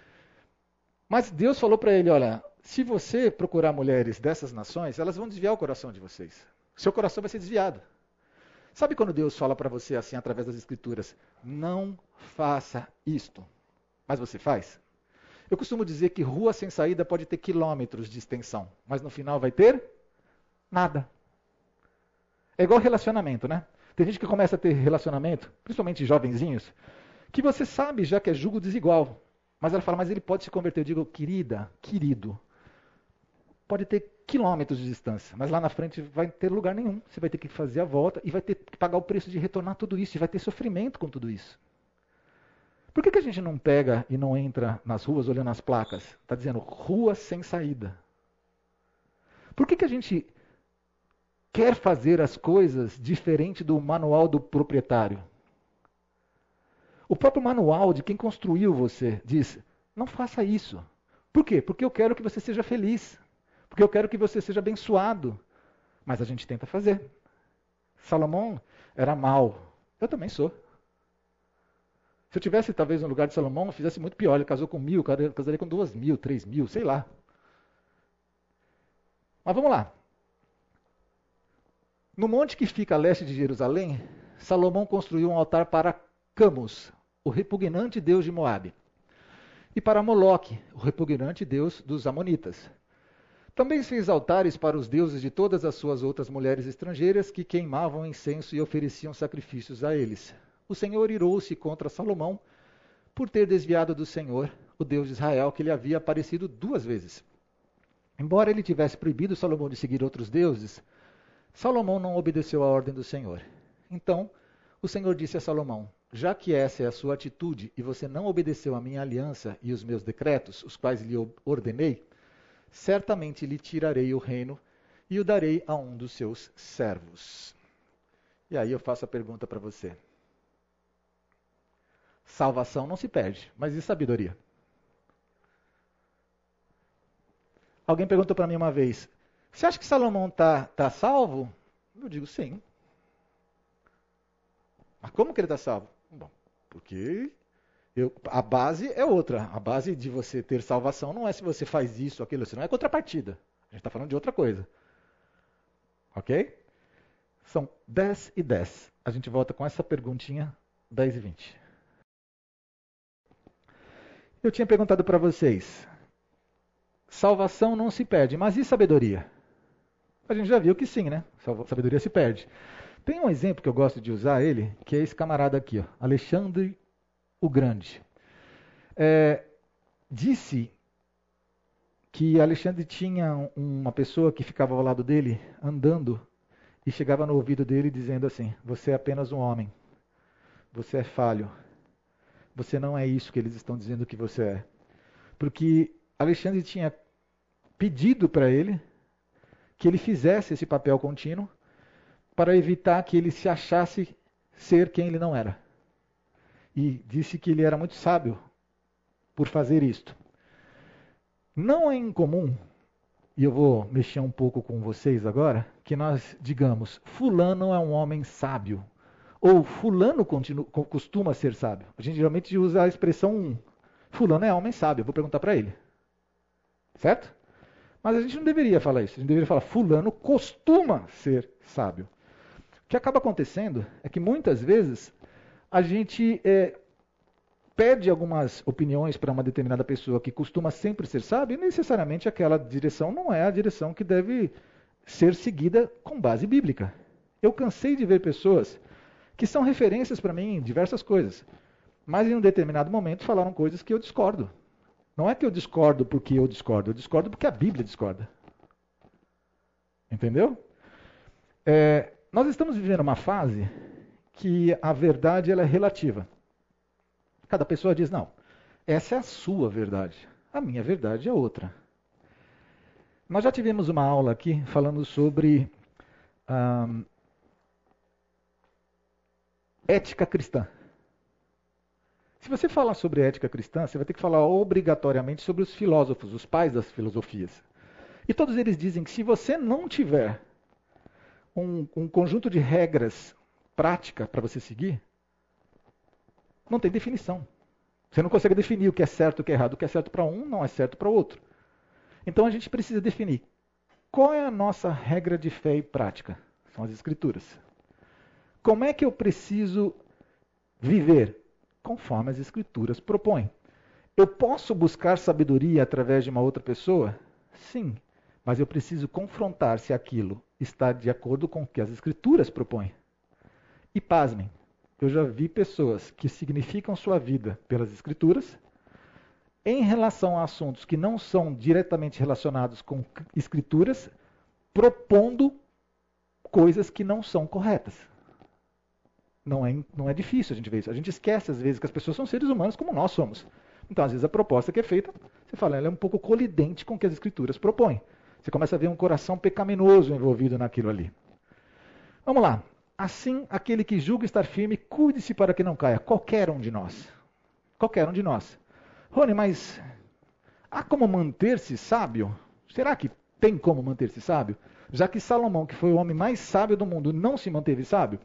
Mas Deus falou para ele, olha, se você procurar mulheres dessas nações, elas vão desviar o coração de vocês. Seu coração vai ser desviado. Sabe quando Deus fala para você assim, através das Escrituras, não faça isto, mas você faz? Eu costumo dizer que rua sem saída pode ter quilômetros de extensão, mas no final vai ter nada. É igual relacionamento, né? Tem gente que começa a ter relacionamento, principalmente jovenzinhos, que você sabe já que é jugo desigual. Mas ela fala, mas ele pode se converter. Eu digo, querida, querido, pode ter quilômetros de distância, mas lá na frente vai ter lugar nenhum. Você vai ter que fazer a volta e vai ter que pagar o preço de retornar tudo isso. E vai ter sofrimento com tudo isso. Por que, que a gente não pega e não entra nas ruas olhando as placas? Está dizendo, rua sem saída. Por que, que a gente quer fazer as coisas diferente do manual do proprietário? O próprio manual de quem construiu você diz, não faça isso. Por quê? Porque eu quero que você seja feliz. Porque eu quero que você seja abençoado. Mas a gente tenta fazer. Salomão era mau. Eu também sou. Se eu tivesse talvez no lugar de Salomão, eu fizesse muito pior. Ele casou com mil, casaria com duas mil, três mil, sei lá. Mas vamos lá. No monte que fica a leste de Jerusalém, Salomão construiu um altar para Camus, o repugnante deus de Moabe, e para Moloque, o repugnante deus dos Amonitas. Também fez altares para os deuses de todas as suas outras mulheres estrangeiras que queimavam incenso e ofereciam sacrifícios a eles. O Senhor irou-se contra Salomão por ter desviado do Senhor, o Deus de Israel, que lhe havia aparecido duas vezes. Embora ele tivesse proibido Salomão de seguir outros deuses, Salomão não obedeceu à ordem do Senhor. Então, o Senhor disse a Salomão, já que essa é a sua atitude e você não obedeceu à minha aliança e os meus decretos, os quais lhe ordenei, certamente lhe tirarei o reino e o darei a um dos seus servos. E aí eu faço a pergunta para você. Salvação não se perde, mas e sabedoria? Alguém perguntou para mim uma vez, você acha que Salomão está tá salvo? Eu digo sim. Mas como que ele está salvo? Bom, porque eu, a base é outra. A base de você ter salvação não é se você faz isso, aquilo, senão é contrapartida. A gente está falando de outra coisa. Ok? São dez e dez. A gente volta com essa perguntinha, dez e vinte. Eu tinha perguntado para vocês, salvação não se perde, mas e sabedoria? A gente já viu que sim, né? Sabedoria se perde. Tem um exemplo que eu gosto de usar ele, que é esse camarada aqui, ó, Alexandre o Grande. É, disse que Alexandre tinha uma pessoa que ficava ao lado dele, andando, e chegava no ouvido dele dizendo assim: você é apenas um homem, você é falho, você não é isso que eles estão dizendo que você é. Porque Alexandre tinha pedido para ele que ele fizesse esse papel contínuo para evitar que ele se achasse ser quem ele não era. E disse que ele era muito sábio por fazer isto. Não é incomum, e eu vou mexer um pouco com vocês agora, que nós digamos, fulano é um homem sábio, ou fulano continua, costuma ser sábio. A gente geralmente usa a expressão fulano é homem sábio, eu vou perguntar para ele. Certo? Mas a gente não deveria falar isso, a gente deveria falar fulano costuma ser sábio. O que acaba acontecendo é que muitas vezes a gente é, pede algumas opiniões para uma determinada pessoa que costuma sempre ser sábia, e necessariamente aquela direção não é a direção que deve ser seguida com base bíblica. Eu cansei de ver pessoas que são referências para mim em diversas coisas, mas em um determinado momento falaram coisas que eu discordo. Não é que eu discordo porque eu discordo, eu discordo porque a Bíblia discorda. Entendeu? É, nós estamos vivendo uma fase que a verdade ela é relativa. Cada pessoa diz, não, essa é a sua verdade, a minha verdade é outra. Nós já tivemos uma aula aqui falando sobre hum, ética cristã. Se você falar sobre ética cristã, você vai ter que falar obrigatoriamente sobre os filósofos, os pais das filosofias. E todos eles dizem que se você não tiver um, um conjunto de regras prática para você seguir, não tem definição. Você não consegue definir o que é certo e o que é errado. O que é certo para um não é certo para o outro. Então a gente precisa definir qual é a nossa regra de fé e prática. São as Escrituras. Como é que eu preciso viver? Conforme as Escrituras propõem. Eu posso buscar sabedoria através de uma outra pessoa? Sim, mas eu preciso confrontar se aquilo está de acordo com o que as Escrituras propõem. E pasmem, eu já vi pessoas que significam sua vida pelas Escrituras, em relação a assuntos que não são diretamente relacionados com Escrituras, propondo coisas que não são corretas. Não é, não é difícil a gente ver isso. A gente esquece às vezes que as pessoas são seres humanos como nós somos. Então, às vezes, a proposta que é feita, você fala, ela é um pouco colidente com o que as Escrituras propõem. Você começa a ver um coração pecaminoso envolvido naquilo ali. Vamos lá. Assim, aquele que julga estar firme, cuide-se para que não caia. Qualquer um de nós. Qualquer um de nós. Rony, mas há como manter-se sábio? Será que tem como manter-se sábio? Já que Salomão, que foi o homem mais sábio do mundo, não se manteve sábio?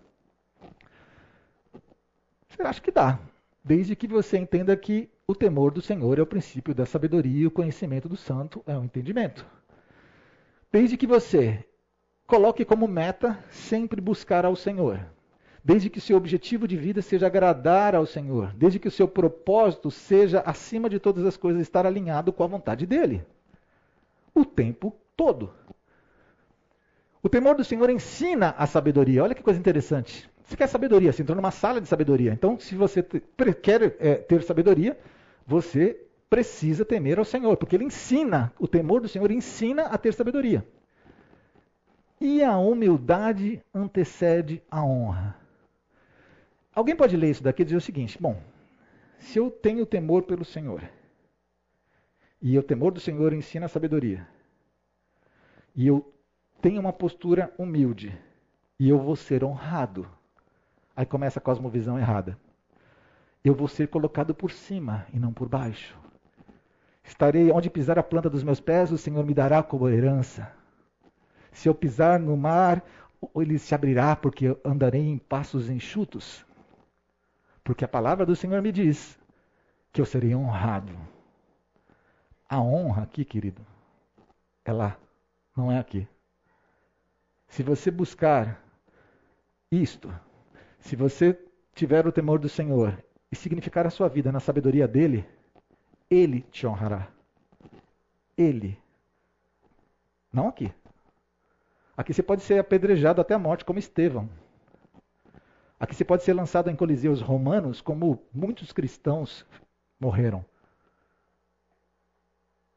Eu acho que dá. Desde que você entenda que o temor do Senhor é o princípio da sabedoria e o conhecimento do santo é o entendimento. Desde que você coloque como meta sempre buscar ao Senhor. Desde que o seu objetivo de vida seja agradar ao Senhor. Desde que o seu propósito seja, acima de todas as coisas, estar alinhado com a vontade dEle. O tempo todo. O temor do Senhor ensina a sabedoria. Olha que coisa interessante. Você quer sabedoria, você entrou numa sala de sabedoria. Então, se você quer é, ter sabedoria, você precisa temer ao Senhor. Porque Ele ensina, o temor do Senhor ensina a ter sabedoria. E a humildade antecede a honra. Alguém pode ler isso daqui e dizer o seguinte: bom, se eu tenho temor pelo Senhor, e o temor do Senhor ensina a sabedoria, e eu tenho uma postura humilde, e eu vou ser honrado, aí começa a cosmovisão errada. Eu vou ser colocado por cima e não por baixo. Estarei onde pisar a planta dos meus pés, o Senhor me dará como herança. Se eu pisar no mar, ele se abrirá, porque eu andarei em passos enxutos. Porque a palavra do Senhor me diz que eu serei honrado. A honra aqui, querido, é lá, não é aqui. Se você buscar isto, se você tiver o temor do Senhor e significar a sua vida na sabedoria dEle, Ele te honrará. Ele. Não aqui. Aqui você pode ser apedrejado até a morte, como Estevão. Aqui você pode ser lançado em coliseus romanos, como muitos cristãos morreram.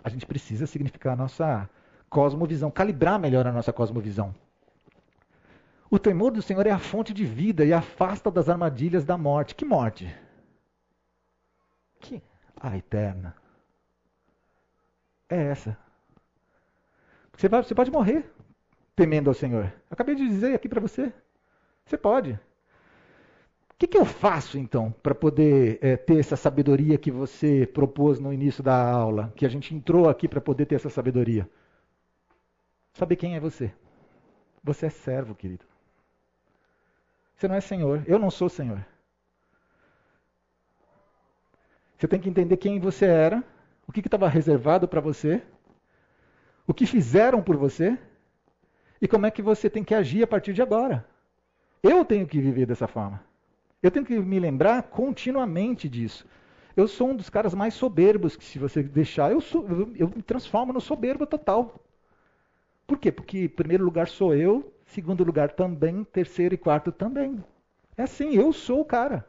A gente precisa significar a nossa cosmovisão, calibrar melhor a nossa cosmovisão. O temor do Senhor é a fonte de vida e afasta das armadilhas da morte. Que morte? Que? A eterna. É essa. Você, vai, você pode morrer temendo ao Senhor. Eu acabei de dizer aqui para você. Você pode. O que, que eu faço, então, para poder é, ter essa sabedoria que você propôs no início da aula? Que a gente entrou aqui para poder ter essa sabedoria? Saber quem é você. Você é servo, querido. Você não é Senhor. Eu não sou Senhor. Você tem que entender quem você era, o que estava reservado para você, o que fizeram por você e como é que você tem que agir a partir de agora. Eu tenho que viver dessa forma. Eu tenho que me lembrar continuamente disso. Eu sou um dos caras mais soberbos que, se você deixar, eu, sou, eu, eu me transformo no soberbo total. Por quê? Porque, em primeiro lugar, sou eu, segundo lugar também, terceiro e quarto também. É assim, eu sou o cara.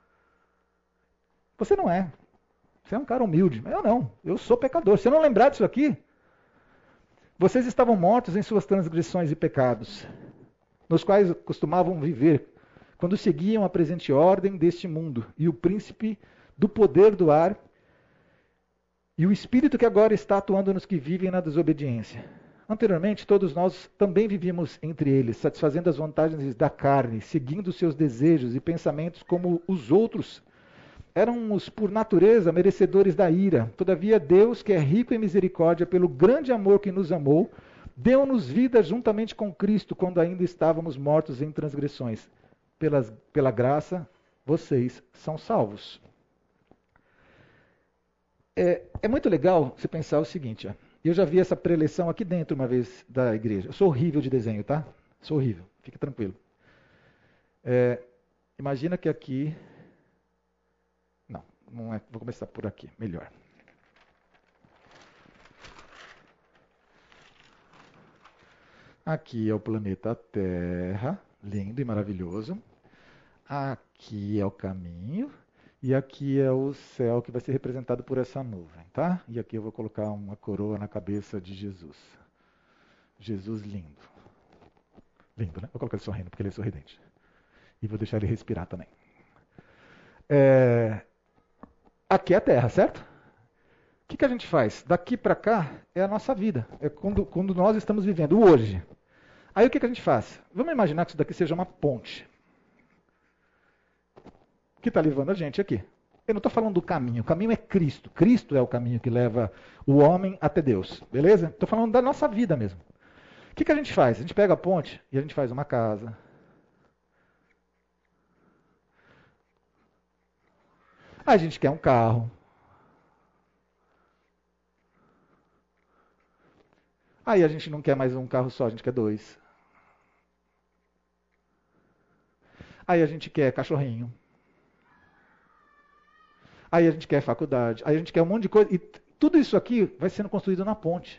Você não é. Você é um cara humilde. Eu não. Eu sou pecador. Se eu não lembrar disso aqui, vocês estavam mortos em suas transgressões e pecados, nos quais costumavam viver, quando seguiam a presente ordem deste mundo, e o príncipe do poder do ar, e o espírito que agora está atuando nos que vivem na desobediência. Anteriormente, todos nós também vivíamos entre eles, satisfazendo as vontades da carne, seguindo seus desejos e pensamentos como os outros. Éramos, por natureza, merecedores da ira. Todavia, Deus, que é rico em misericórdia, pelo grande amor que nos amou, deu-nos vida juntamente com Cristo, quando ainda estávamos mortos em transgressões. Pelas, pela graça, vocês são salvos. É, é muito legal você pensar o seguinte, ó. Eu já vi essa preleção aqui dentro uma vez da igreja. Eu sou horrível de desenho, tá? Sou horrível, fique tranquilo. É, imagina que aqui... Não, não é. Vou começar por aqui, melhor. Aqui é o planeta Terra, lindo e maravilhoso. Aqui é o caminho. E aqui é o céu que vai ser representado por essa nuvem, tá? E aqui eu vou colocar uma coroa na cabeça de Jesus. Jesus lindo. Lindo, né? Vou colocar ele sorrindo, porque ele é sorridente. E vou deixar ele respirar também. É... Aqui é a Terra, certo? O que, que a gente faz? Daqui para cá é a nossa vida. É quando, quando nós estamos vivendo, o hoje. Aí o que, que a gente faz? Vamos imaginar que isso daqui seja uma ponte. Que está levando a gente aqui. Eu não estou falando do caminho. O caminho é Cristo. Cristo é o caminho que leva o homem até Deus. Beleza? Estou falando da nossa vida mesmo. O que, que a gente faz? A gente pega a ponte e a gente faz uma casa. Aí a gente quer um carro. Aí a gente não quer mais um carro só, a gente quer dois. Aí a gente quer cachorrinho. Aí a gente quer faculdade, aí a gente quer um monte de coisa. E tudo isso aqui vai sendo construído na ponte.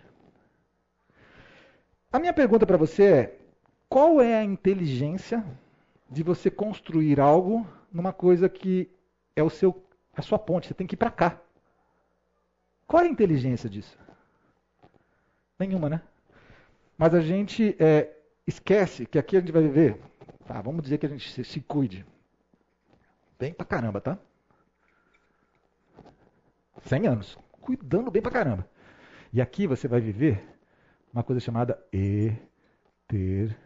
A minha pergunta para você é, qual é a inteligência de você construir algo numa coisa que é o seu, a sua ponte? Você tem que ir para cá. Qual é a inteligência disso? Nenhuma, né? Mas a gente é, esquece que aqui a gente vai viver. Tá, vamos dizer que a gente se, se cuide. Bem pra caramba, tá? cem anos, cuidando bem pra caramba. E aqui você vai viver uma coisa chamada eternidade.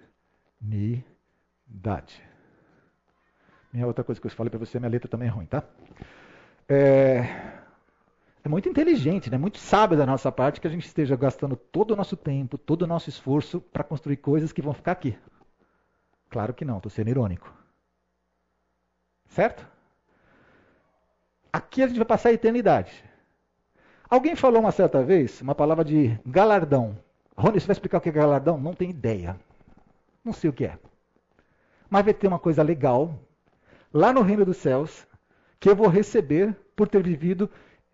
Minha outra coisa que eu falei pra você, minha letra também é ruim, tá? É, é muito inteligente, né? Muito sábio da nossa parte que a gente esteja gastando todo o nosso tempo, todo o nosso esforço para construir coisas que vão ficar aqui. Claro que não, estou sendo irônico. Certo? Aqui a gente vai passar a eternidade. Alguém falou uma certa vez uma palavra de galardão. Rony, você vai explicar o que é galardão? Não tenho ideia. Não sei o que é. Mas vai ter uma coisa legal lá no reino dos céus que eu vou receber por ter vivido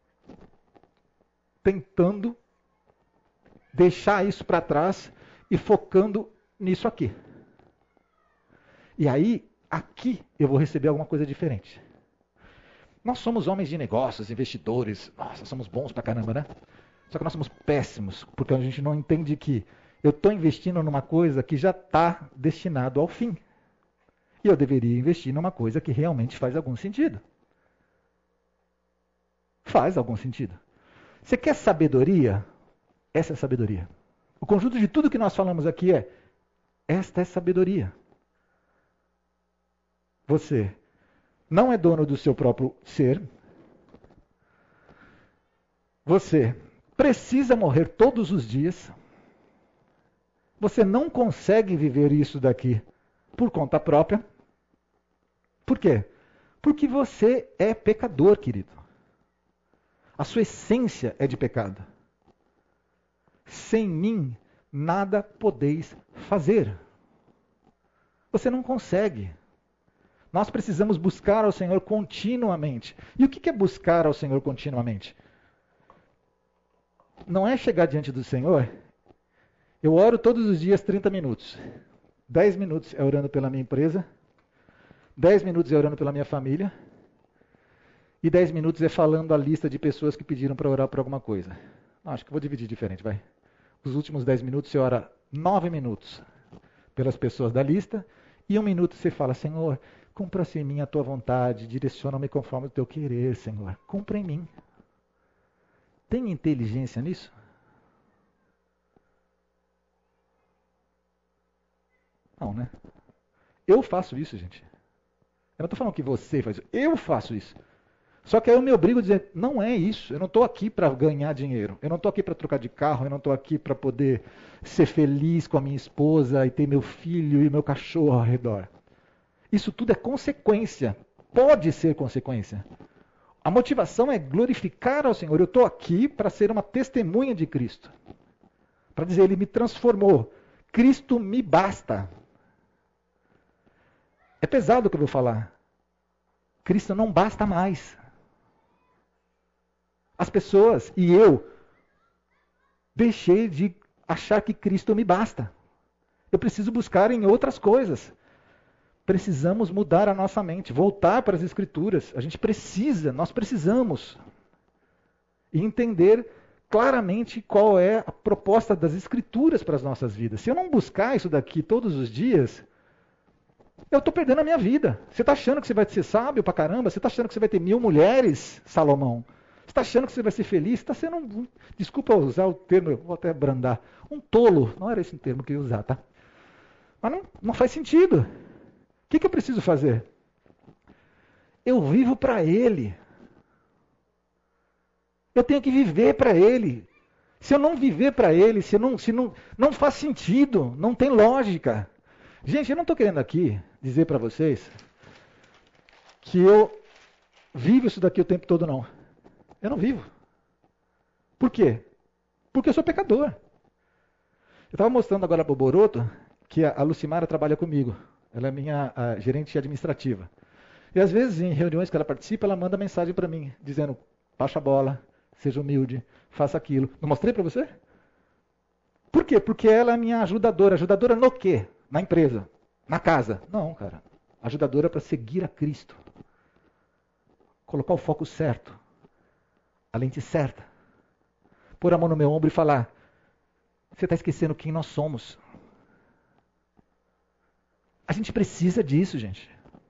tentando deixar isso para trás e focando nisso aqui. E aí, aqui eu vou receber alguma coisa diferente. Nós somos homens de negócios, investidores. Nossa, somos bons pra caramba, né? Só que nós somos péssimos, porque a gente não entende que eu estou investindo numa coisa que já está destinado ao fim. E eu deveria investir numa coisa que realmente faz algum sentido. Faz algum sentido. Você quer sabedoria? Essa é sabedoria. O conjunto de tudo que nós falamos aqui é: esta é sabedoria. Você não é dono do seu próprio ser. Você precisa morrer todos os dias. Você não consegue viver isso daqui por conta própria. Por quê? Porque você é pecador, querido. A sua essência é de pecado. Sem mim, nada podeis fazer. Você não consegue. Nós precisamos buscar ao Senhor continuamente. E o que é buscar ao Senhor continuamente? Não é chegar diante do Senhor. Eu oro todos os dias trinta minutos. dez minutos é orando pela minha empresa. dez minutos é orando pela minha família. E dez minutos é falando a lista de pessoas que pediram para orar por alguma coisa. Não, acho que vou dividir diferente, vai. Os últimos dez minutos você ora nove minutos pelas pessoas da lista. E um minuto você fala: Senhor, cumpra-se em mim a tua vontade, direciona-me conforme o teu querer, Senhor. Cumpra em mim. Tem inteligência nisso? Não, né? Eu faço isso, gente. Eu não estou falando que você faz isso. Eu faço isso. Só que aí eu me obrigo a dizer: não é isso. Eu não estou aqui para ganhar dinheiro. Eu não estou aqui para trocar de carro. Eu não estou aqui para poder ser feliz com a minha esposa e ter meu filho e meu cachorro ao redor. Isso tudo é consequência. Pode ser consequência. A motivação é glorificar ao Senhor. Eu estou aqui para ser uma testemunha de Cristo. Para dizer: Ele me transformou. Cristo me basta. É pesado o que eu vou falar. Cristo não basta mais. As pessoas e eu deixei de achar que Cristo me basta. Eu preciso buscar em outras coisas. Precisamos mudar a nossa mente, voltar para as Escrituras. A gente precisa, nós precisamos. E entender claramente qual é a proposta das Escrituras para as nossas vidas. Se eu não buscar isso daqui todos os dias, eu estou perdendo a minha vida. Você está achando que você vai ser sábio pra caramba? Você está achando que você vai ter mil mulheres, Salomão? Você está achando que você vai ser feliz? Você está sendo um, desculpa usar o termo, eu vou até abrandar, um tolo. Não era esse o termo que eu ia usar, tá? Mas não, não faz sentido. O que, que eu preciso fazer? Eu vivo para Ele. Eu tenho que viver para Ele. Se eu não viver para Ele, se, eu não, se não, não faz sentido, não tem lógica. Gente, eu não estou querendo aqui dizer para vocês que eu vivo isso daqui o tempo todo, não. Eu não vivo. Por quê? Porque eu sou pecador. Eu estava mostrando agora para o Boroto que a Lucimara trabalha comigo. Ela é minha a, gerente administrativa. E às vezes, em reuniões que ela participa, ela manda mensagem para mim, dizendo: baixa a bola, seja humilde, faça aquilo. Não mostrei para você? Por quê? Porque ela é minha ajudadora. Ajudadora no quê? Na empresa, na casa. Não, cara. Ajudadora para seguir a Cristo. Colocar o foco certo. A lente certa. Pôr a mão no meu ombro e falar: você está esquecendo quem nós somos. A gente precisa disso, gente.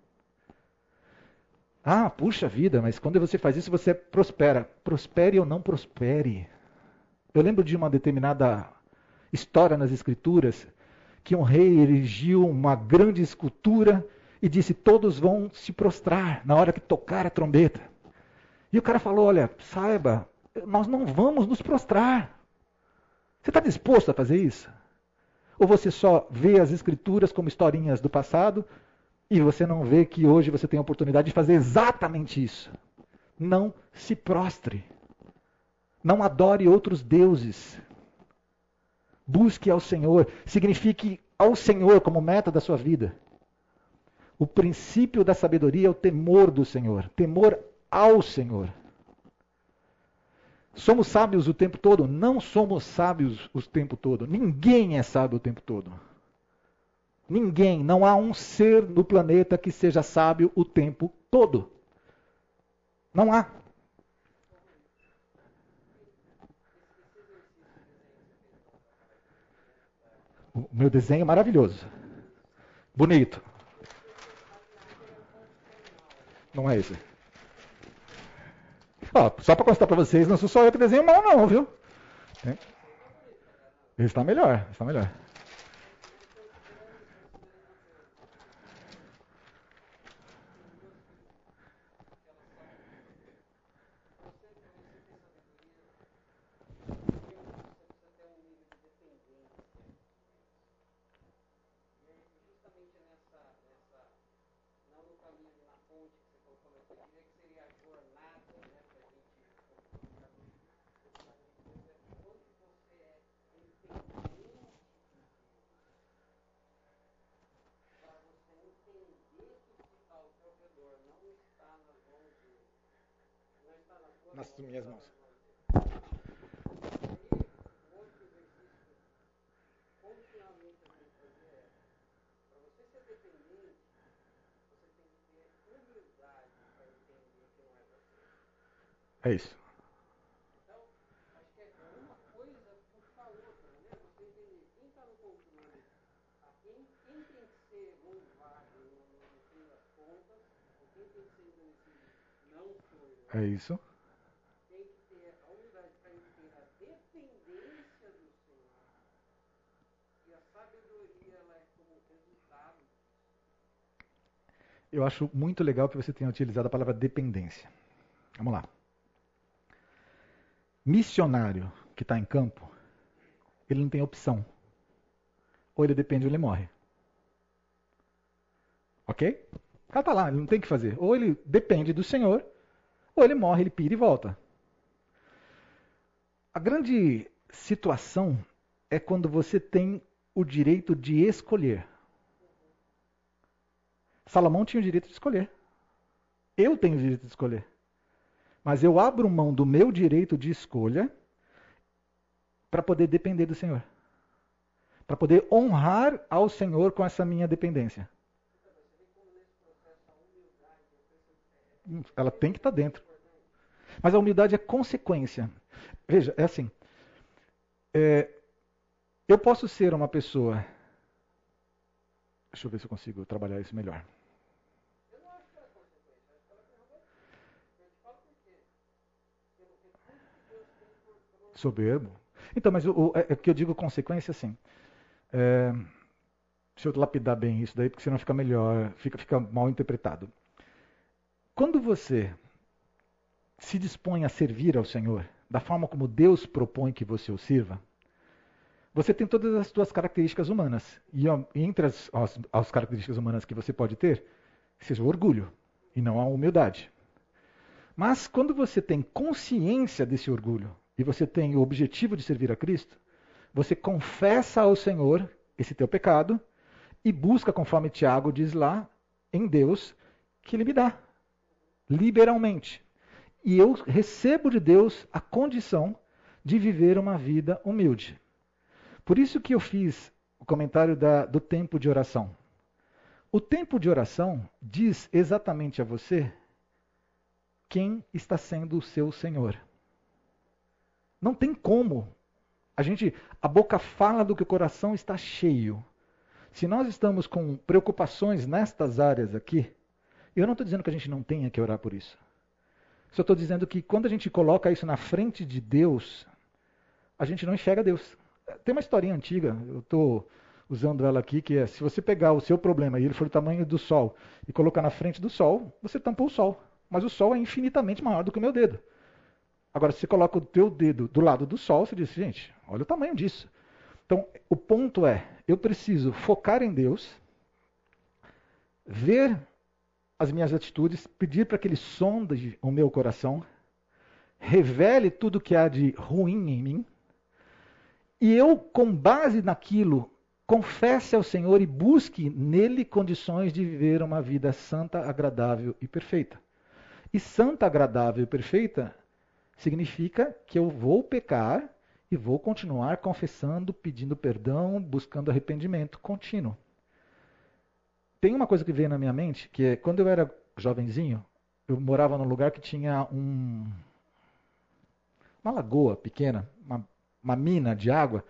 Ah, puxa vida, mas quando você faz isso, você prospera. Prospere ou não prospere. Eu lembro de uma determinada história nas Escrituras, que um rei erigiu uma grande escultura e disse: todos vão se prostrar na hora que tocar a trombeta. E o cara falou: olha, saiba, nós não vamos nos prostrar. Você está disposto a fazer isso? Ou você só vê as Escrituras como historinhas do passado e você não vê que hoje você tem a oportunidade de fazer exatamente isso? Não se prostre. Não adore outros deuses. Busque ao Senhor. Signifique ao Senhor como meta da sua vida. O princípio da sabedoria é o temor do Senhor. Temor ao Senhor. Somos sábios o tempo todo? Não somos sábios o tempo todo. Ninguém é sábio o tempo todo. Ninguém. Não há um ser no planeta que seja sábio o tempo todo. Não há. O meu desenho é maravilhoso. Bonito. Não é esse. Ó, só para constar para vocês, não sou só eu que desenho mal não, viu? É. Esse está melhor, está melhor. Nas minhas mãos. É isso. É isso. Eu acho muito legal que você tenha utilizado a palavra dependência. Vamos lá. Missionário que está em campo, ele não tem opção. Ou ele depende ou ele morre. Ok? O cara está lá, ele não tem o que fazer. Ou ele depende do Senhor, ou ele morre, ele pira e volta. A grande situação é quando você tem o direito de escolher. Salomão tinha o direito de escolher. Eu tenho o direito de escolher. Mas eu abro mão do meu direito de escolha para poder depender do Senhor. Para poder honrar ao Senhor com essa minha dependência. Ela tem que estar dentro. Mas a humildade é consequência. Veja, é assim. É, eu posso ser uma pessoa... Deixa eu ver se eu consigo trabalhar isso melhor. Soberbo. Então, mas o, o é, é que eu digo consequência assim. É, deixa eu lapidar bem isso daí, porque senão fica melhor, fica, fica mal interpretado. Quando você se dispõe a servir ao Senhor, da forma como Deus propõe que você o sirva, você tem todas as suas características humanas. E ó, entre as, as, as características humanas que você pode ter, seja o orgulho, e não a humildade. Mas quando você tem consciência desse orgulho, e você tem o objetivo de servir a Cristo, você confessa ao Senhor esse teu pecado e busca, conforme Tiago diz lá, em Deus, que Ele me dá, liberalmente. E eu recebo de Deus a condição de viver uma vida humilde. Por isso que eu fiz o comentário da, do tempo de oração. O tempo de oração diz exatamente a você quem está sendo o seu Senhor. Não tem como. A gente, a boca fala do que o coração está cheio. Se nós estamos com preocupações nestas áreas aqui, eu não estou dizendo que a gente não tenha que orar por isso. Só estou dizendo que quando a gente coloca isso na frente de Deus, a gente não enxerga Deus. Tem uma historinha antiga, eu estou usando ela aqui, que é, se você pegar o seu problema e ele for do tamanho do Sol e colocar na frente do Sol, você tampou o Sol. Mas o Sol é infinitamente maior do que o meu dedo. Agora, se você coloca o teu dedo do lado do Sol, você diz, gente, olha o tamanho disso. Então, o ponto é, eu preciso focar em Deus, ver as minhas atitudes, pedir para que Ele sonde o meu coração, revele tudo que há de ruim em mim, e eu, com base naquilo, confesse ao Senhor e busque nele condições de viver uma vida santa, agradável e perfeita. E santa, agradável e perfeita significa que eu vou pecar e vou continuar confessando, pedindo perdão, buscando arrependimento contínuo. Tem uma coisa que veio na minha mente, que é, quando eu era jovenzinho, eu morava num lugar que tinha um, uma lagoa pequena, uma, uma mina de água,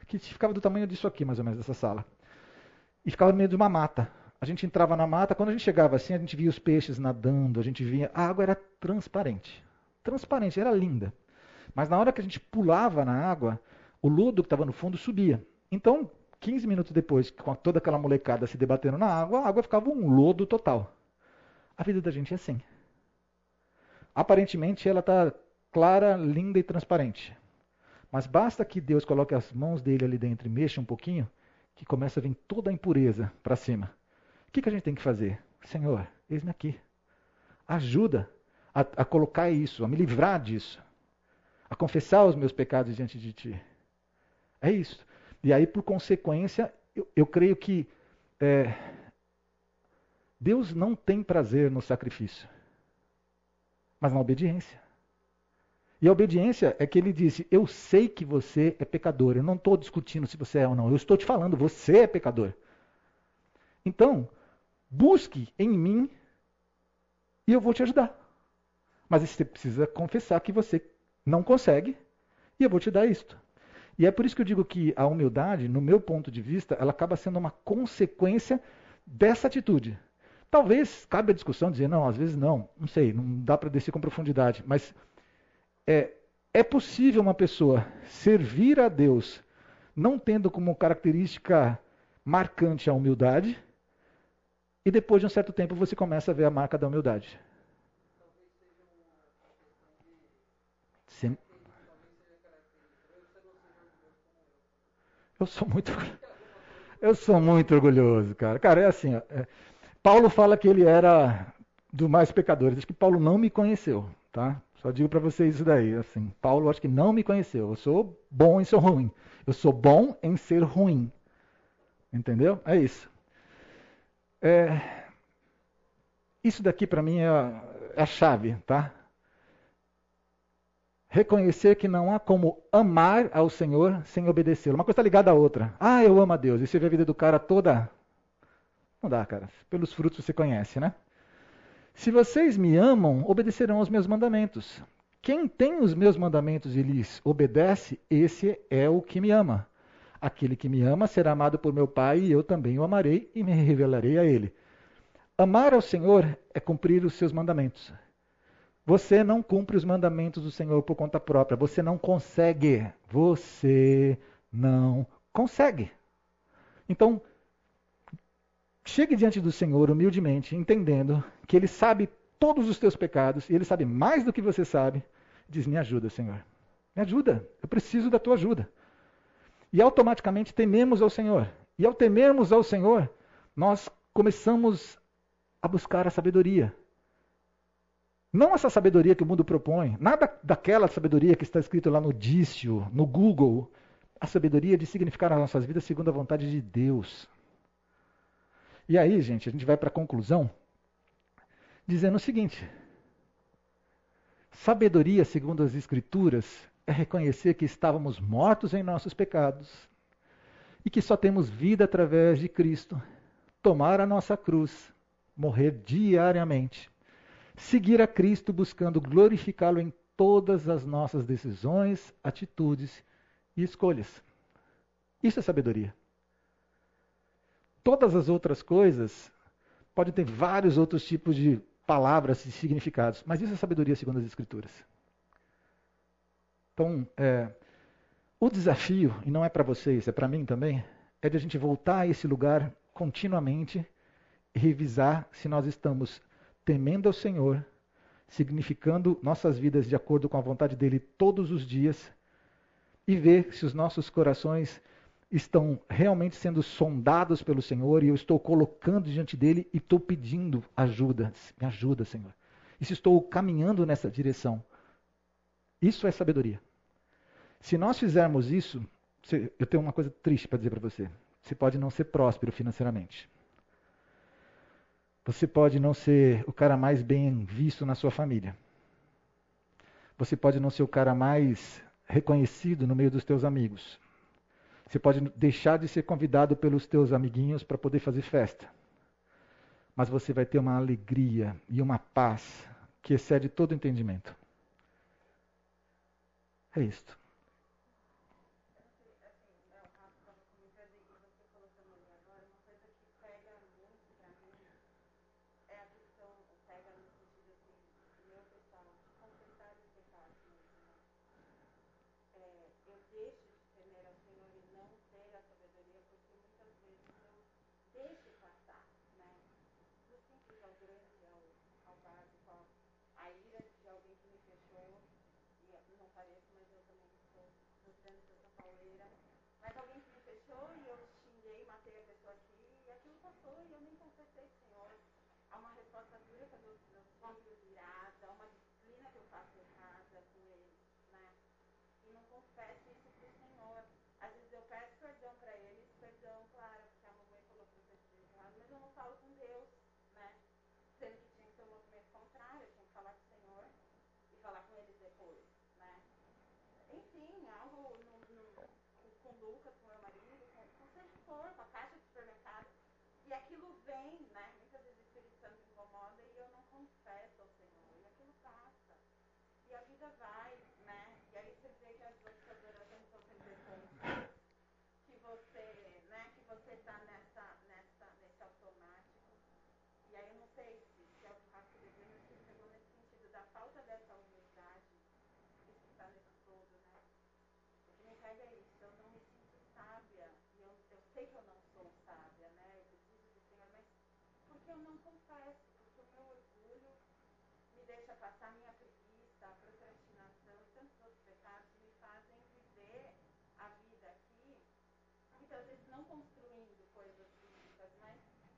que ficava do tamanho disso aqui, mais ou menos, dessa sala. E ficava no meio de uma mata. A gente entrava na mata, quando a gente chegava assim, a gente via os peixes nadando, a gente via... A água era transparente. Transparente, era linda. Mas na hora que a gente pulava na água, o lodo que estava no fundo subia. Então, quinze minutos depois, com toda aquela molecada se debatendo na água, a água ficava um lodo total. A vida da gente é assim. Aparentemente ela está clara, linda e transparente. Mas basta que Deus coloque as mãos dele ali dentro e mexa um pouquinho, que começa a vir toda a impureza para cima. O que, que a gente tem que fazer? Senhor, eis-me aqui. Ajuda a, a colocar isso, a me livrar disso. A confessar os meus pecados diante de ti. É isso. E aí, por consequência, eu, eu creio que é, Deus não tem prazer no sacrifício, mas na obediência. E a obediência é que ele disse, eu sei que você é pecador, eu não estou discutindo se você é ou não, eu estou te falando, você é pecador. Então, busque em mim e eu vou te ajudar. Mas você precisa confessar que você não consegue e eu vou te dar isto. E é por isso que eu digo que a humildade, no meu ponto de vista, ela acaba sendo uma consequência dessa atitude. Talvez cabe a discussão dizer, não, às vezes não, não sei, não dá para descer com profundidade, mas é, é possível uma pessoa servir a Deus não tendo como característica marcante a humildade e depois de um certo tempo você começa a ver a marca da humildade. Sim. Eu sou muito, eu sou muito orgulhoso, cara. Cara, é assim, ó, é, Paulo fala que ele era dos mais pecadores. Acho que Paulo não me conheceu, tá? Só digo para vocês isso daí, assim. Paulo acho que não me conheceu. Eu sou bom em ser ruim. Eu sou bom em ser ruim. Entendeu? É isso. É, isso daqui para mim é a, é a chave, tá? Reconhecer que não há como amar ao Senhor sem obedecê-lo. Uma coisa está ligada à outra. Ah, eu amo a Deus. E você vê a vida do cara toda... Não dá, cara. Pelos frutos você conhece, né? Se vocês me amam, obedecerão aos meus mandamentos. Quem tem os meus mandamentos e lhes obedece, esse é o que me ama. Aquele que me ama será amado por meu Pai, e eu também o amarei e me revelarei a ele. Amar ao Senhor é cumprir os seus mandamentos. Você não cumpre os mandamentos do Senhor por conta própria. Você não consegue. Você não consegue. Então, chegue diante do Senhor humildemente, entendendo que Ele sabe todos os teus pecados, e Ele sabe mais do que você sabe. Diz, me ajuda, Senhor. Me ajuda. Eu preciso da tua ajuda. E automaticamente tememos ao Senhor. E ao temermos ao Senhor, nós começamos a buscar a sabedoria. Não essa sabedoria que o mundo propõe, nada daquela sabedoria que está escrito lá no Dício, no Google. A sabedoria de significar as nossas vidas segundo a vontade de Deus. E aí, gente, a gente vai para a conclusão dizendo o seguinte. Sabedoria, segundo as Escrituras, é reconhecer que estávamos mortos em nossos pecados e que só temos vida através de Cristo, tomar a nossa cruz, morrer diariamente, seguir a Cristo buscando glorificá-lo em todas as nossas decisões, atitudes e escolhas. Isso é sabedoria. Todas as outras coisas podem ter vários outros tipos de palavras e significados, mas isso é sabedoria segundo as Escrituras. Então, é, o desafio, e não é para vocês, é para mim também, é de a gente voltar a esse lugar continuamente e revisar se nós estamos temendo ao Senhor, significando nossas vidas de acordo com a vontade dele todos os dias e ver se os nossos corações estão realmente sendo sondados pelo Senhor e eu estou colocando diante dele e estou pedindo ajuda. Me ajuda, Senhor. E se estou caminhando nessa direção. Isso é sabedoria. Se nós fizermos isso, eu tenho uma coisa triste para dizer para você. Você pode não ser próspero financeiramente. Você pode não ser o cara mais bem visto na sua família. Você pode não ser o cara mais reconhecido no meio dos teus amigos. Você pode deixar de ser convidado pelos teus amiguinhos para poder fazer festa. Mas você vai ter uma alegria e uma paz que excede todo entendimento. É isto. dentro dessa pauleira, mas alguém que me fechou e eu xinguei, matei a pessoa aqui, e aquilo passou e eu nem confessei, Senhor. Há uma resposta dura quando os meus filhos irados, há uma disciplina que eu faço errada com eles, né? E não confesso isso para o Senhor. Às vezes eu peço perdão para eles, perdão, claro, porque a mamãe falou que eu fiz errado, mas eu não falo com Deus, né? Sendo que tinha que ser um movimento contrário, eu tinha que falar com o Senhor e falar com eles depois, né? Enfim, algo no, no, com o Lucas, com o meu marido, com, com seja que for, com a caixa de supermercado, e aquilo vem, né? Muitas vezes o Espírito Santo me incomoda e eu não confesso ao Senhor, e aquilo passa. E a vida vai, né? E aí você vê que as suas orações estão sendo respondidas, que você, né, que você está nessa, nessa, nesse automático. E aí eu não sei se, se é o que o Rafa queria dizer, mas que ele pegou nesse sentido da falta dessa humildade, isso que está nesse todo, né? O que me pega é isso, eu não me sinto sábia, e eu, eu sei que eu não sou sábia, né? Eu preciso do Senhor, mas porque eu não confesso, porque o meu orgulho me deixa passar, minha preguiça, a procrastinação e tantos outros pecados me fazem viver a vida aqui, muitas vezes não construindo coisas bíblicas, mas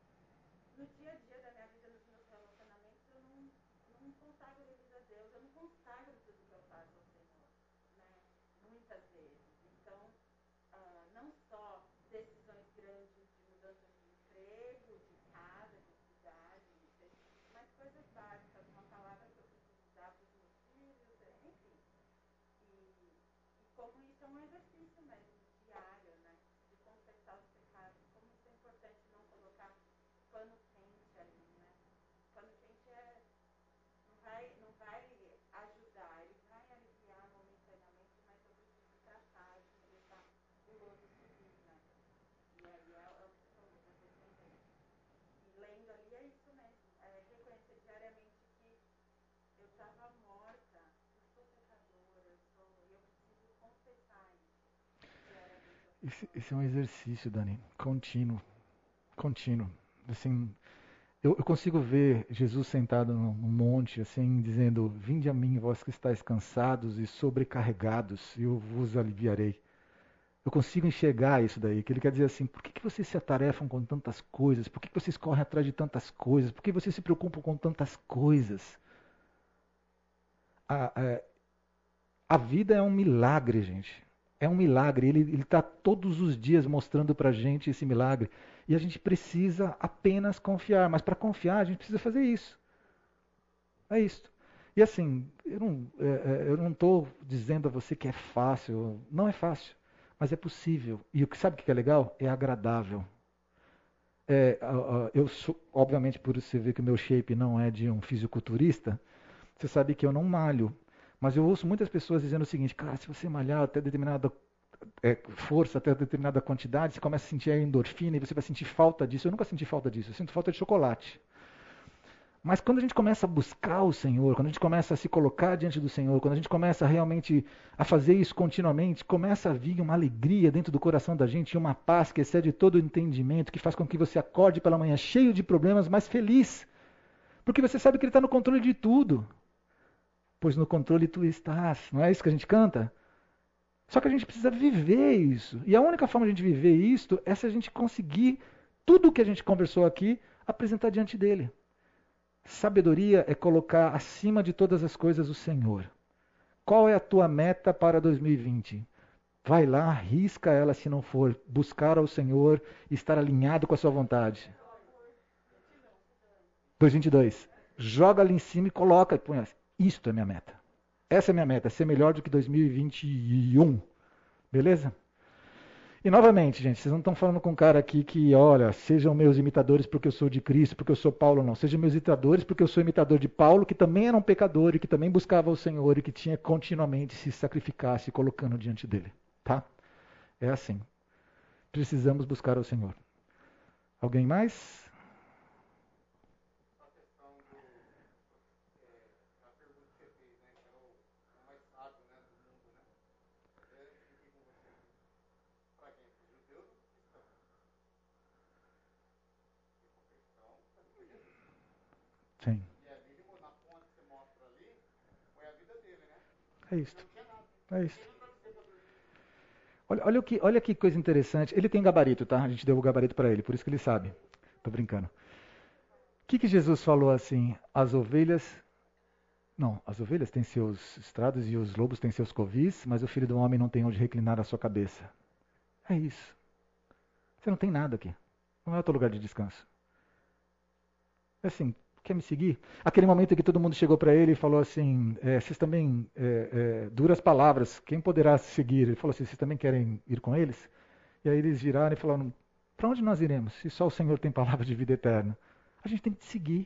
no dia a dia da minha vida, nos meus relacionamentos, eu não, não consagro a vida a Deus, eu não consagro tudo que eu faço ao Senhor, né? Muitas vezes. Então, ah, não só decisões grandes de mudança de emprego, de casa, de cidade, mas coisas básicas, uma palavra que eu preciso dar para os meus filhos, enfim. E, e como isso é um exercício mesmo, diário, né? De confessar os pecados, como isso é importante não colocar pano quente ali, né? Pano quente é, não, vai, não vai ajudar, ele vai aliviar momentaneamente, mas eu preciso tratar de não deixar o lodo subir, né? E aí é, é o que você falou, da dependência. E lendo ali é isso mesmo, é reconhecer diariamente que eu estava morta, eu sou pecadora, eu sou, e eu preciso confessar isso diariamente ao Esse, Senhor. esse é um exercício, Dani, contínuo, contínuo. Assim, eu, eu consigo ver Jesus sentado num monte, assim, dizendo: Vinde a mim, vós que estáis cansados e sobrecarregados, e eu vos aliviarei. Eu consigo enxergar isso daí, que ele quer dizer assim: por que, que vocês se atarefam com tantas coisas? Por que, que vocês correm atrás de tantas coisas? Por que vocês se preocupam com tantas coisas? A, a, a vida é um milagre, gente. É um milagre. Ele está todos os dias mostrando para a gente esse milagre. E a gente precisa apenas confiar. Mas para confiar, a gente precisa fazer isso. É isso. E assim, eu não é, é, eu não estou dizendo a você que é fácil. Não é fácil. Mas é possível. E o que sabe o que é legal? É agradável. É, uh, uh, eu sou, obviamente, por você ver que o meu shape não é de um fisiculturista, você sabe que eu não malho. Mas eu ouço muitas pessoas dizendo o seguinte: cara, se você malhar até determinada é, força, até determinada quantidade, você começa a sentir a endorfina e você vai sentir falta disso. Eu nunca senti falta disso, eu sinto falta de chocolate. Mas quando a gente começa a buscar o Senhor, quando a gente começa a se colocar diante do Senhor, quando a gente começa realmente a fazer isso continuamente, começa a vir uma alegria dentro do coração da gente, uma paz que excede todo o entendimento, que faz com que você acorde pela manhã cheio de problemas, mas feliz. Porque você sabe que Ele está no controle de tudo. Pois no controle tu estás. Não é isso que a gente canta? Só que a gente precisa viver isso. E a única forma de a gente viver isso é se a gente conseguir tudo o que a gente conversou aqui apresentar diante dele. Sabedoria é colocar acima de todas as coisas o Senhor. Qual é a tua meta para dois mil e vinte? Vai lá, risca ela se não for. Buscar ao Senhor e estar alinhado com a sua vontade. dois mil e vinte e dois. Joga ali em cima e coloca. E põe assim, isto é minha meta. Essa é a minha meta, ser melhor do que dois mil e vinte e um. Beleza? E novamente, gente, vocês não estão falando com um cara aqui que, olha, sejam meus imitadores porque eu sou de Cristo, porque eu sou Paulo, não. Sejam meus imitadores porque eu sou imitador de Paulo, que também era um pecador e que também buscava o Senhor e que tinha continuamente se sacrificar, se colocando diante dele. Tá? É assim. Precisamos buscar o Senhor. Alguém mais? Sim. É isso. É isso. Olha, olha, o que, olha que coisa interessante. Ele tem gabarito, tá? A gente deu o gabarito para ele, por isso que ele sabe. Tô brincando. O que, que Jesus falou assim? As ovelhas... Não, as ovelhas têm seus estrados e os lobos têm seus covis, mas o filho do homem não tem onde reclinar a sua cabeça. É isso. Você não tem nada aqui. Não é o teu lugar de descanso. É assim, quer me seguir? Aquele momento em que todo mundo chegou para ele e falou assim, é, vocês também, é, é, duras palavras, quem poderá seguir? Ele falou assim, vocês também querem ir com eles? E aí eles viraram e falaram, para onde nós iremos? Se só o Senhor tem palavra de vida eterna. A gente tem que seguir.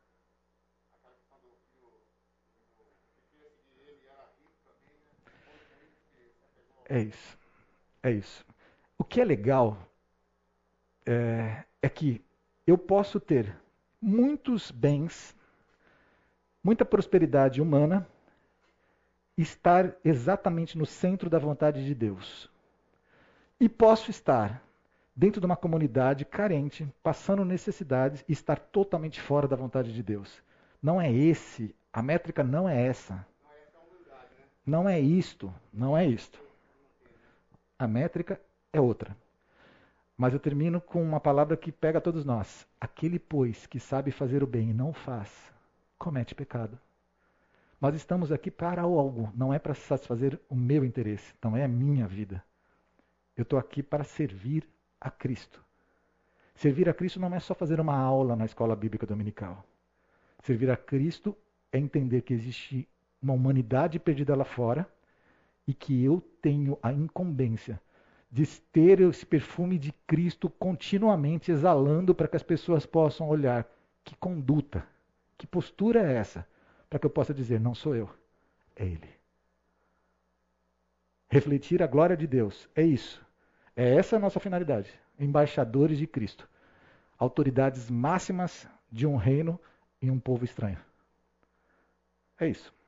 É isso. É isso. O que é legal é, é que eu posso ter muitos bens, muita prosperidade humana, e estar exatamente no centro da vontade de Deus. E posso estar dentro de uma comunidade carente, passando necessidades e estar totalmente fora da vontade de Deus. Não é esse, a métrica não é essa. Não é isto, não é isto. A métrica é outra. Mas eu termino com uma palavra que pega a todos nós. Aquele, pois, que sabe fazer o bem e não o faz, comete pecado. Nós estamos aqui para algo, não é para satisfazer o meu interesse, não é a minha vida. Eu estou aqui para servir a Cristo. Servir a Cristo não é só fazer uma aula na escola bíblica dominical. Servir a Cristo é entender que existe uma humanidade perdida lá fora e que eu tenho a incumbência de ter esse perfume de Cristo continuamente exalando para que as pessoas possam olhar. Que conduta, que postura é essa? Para que eu possa dizer, não sou eu, é Ele. Refletir a glória de Deus, é isso. É essa a nossa finalidade. Embaixadores de Cristo. Autoridades máximas de um reino em um povo estranho. É isso.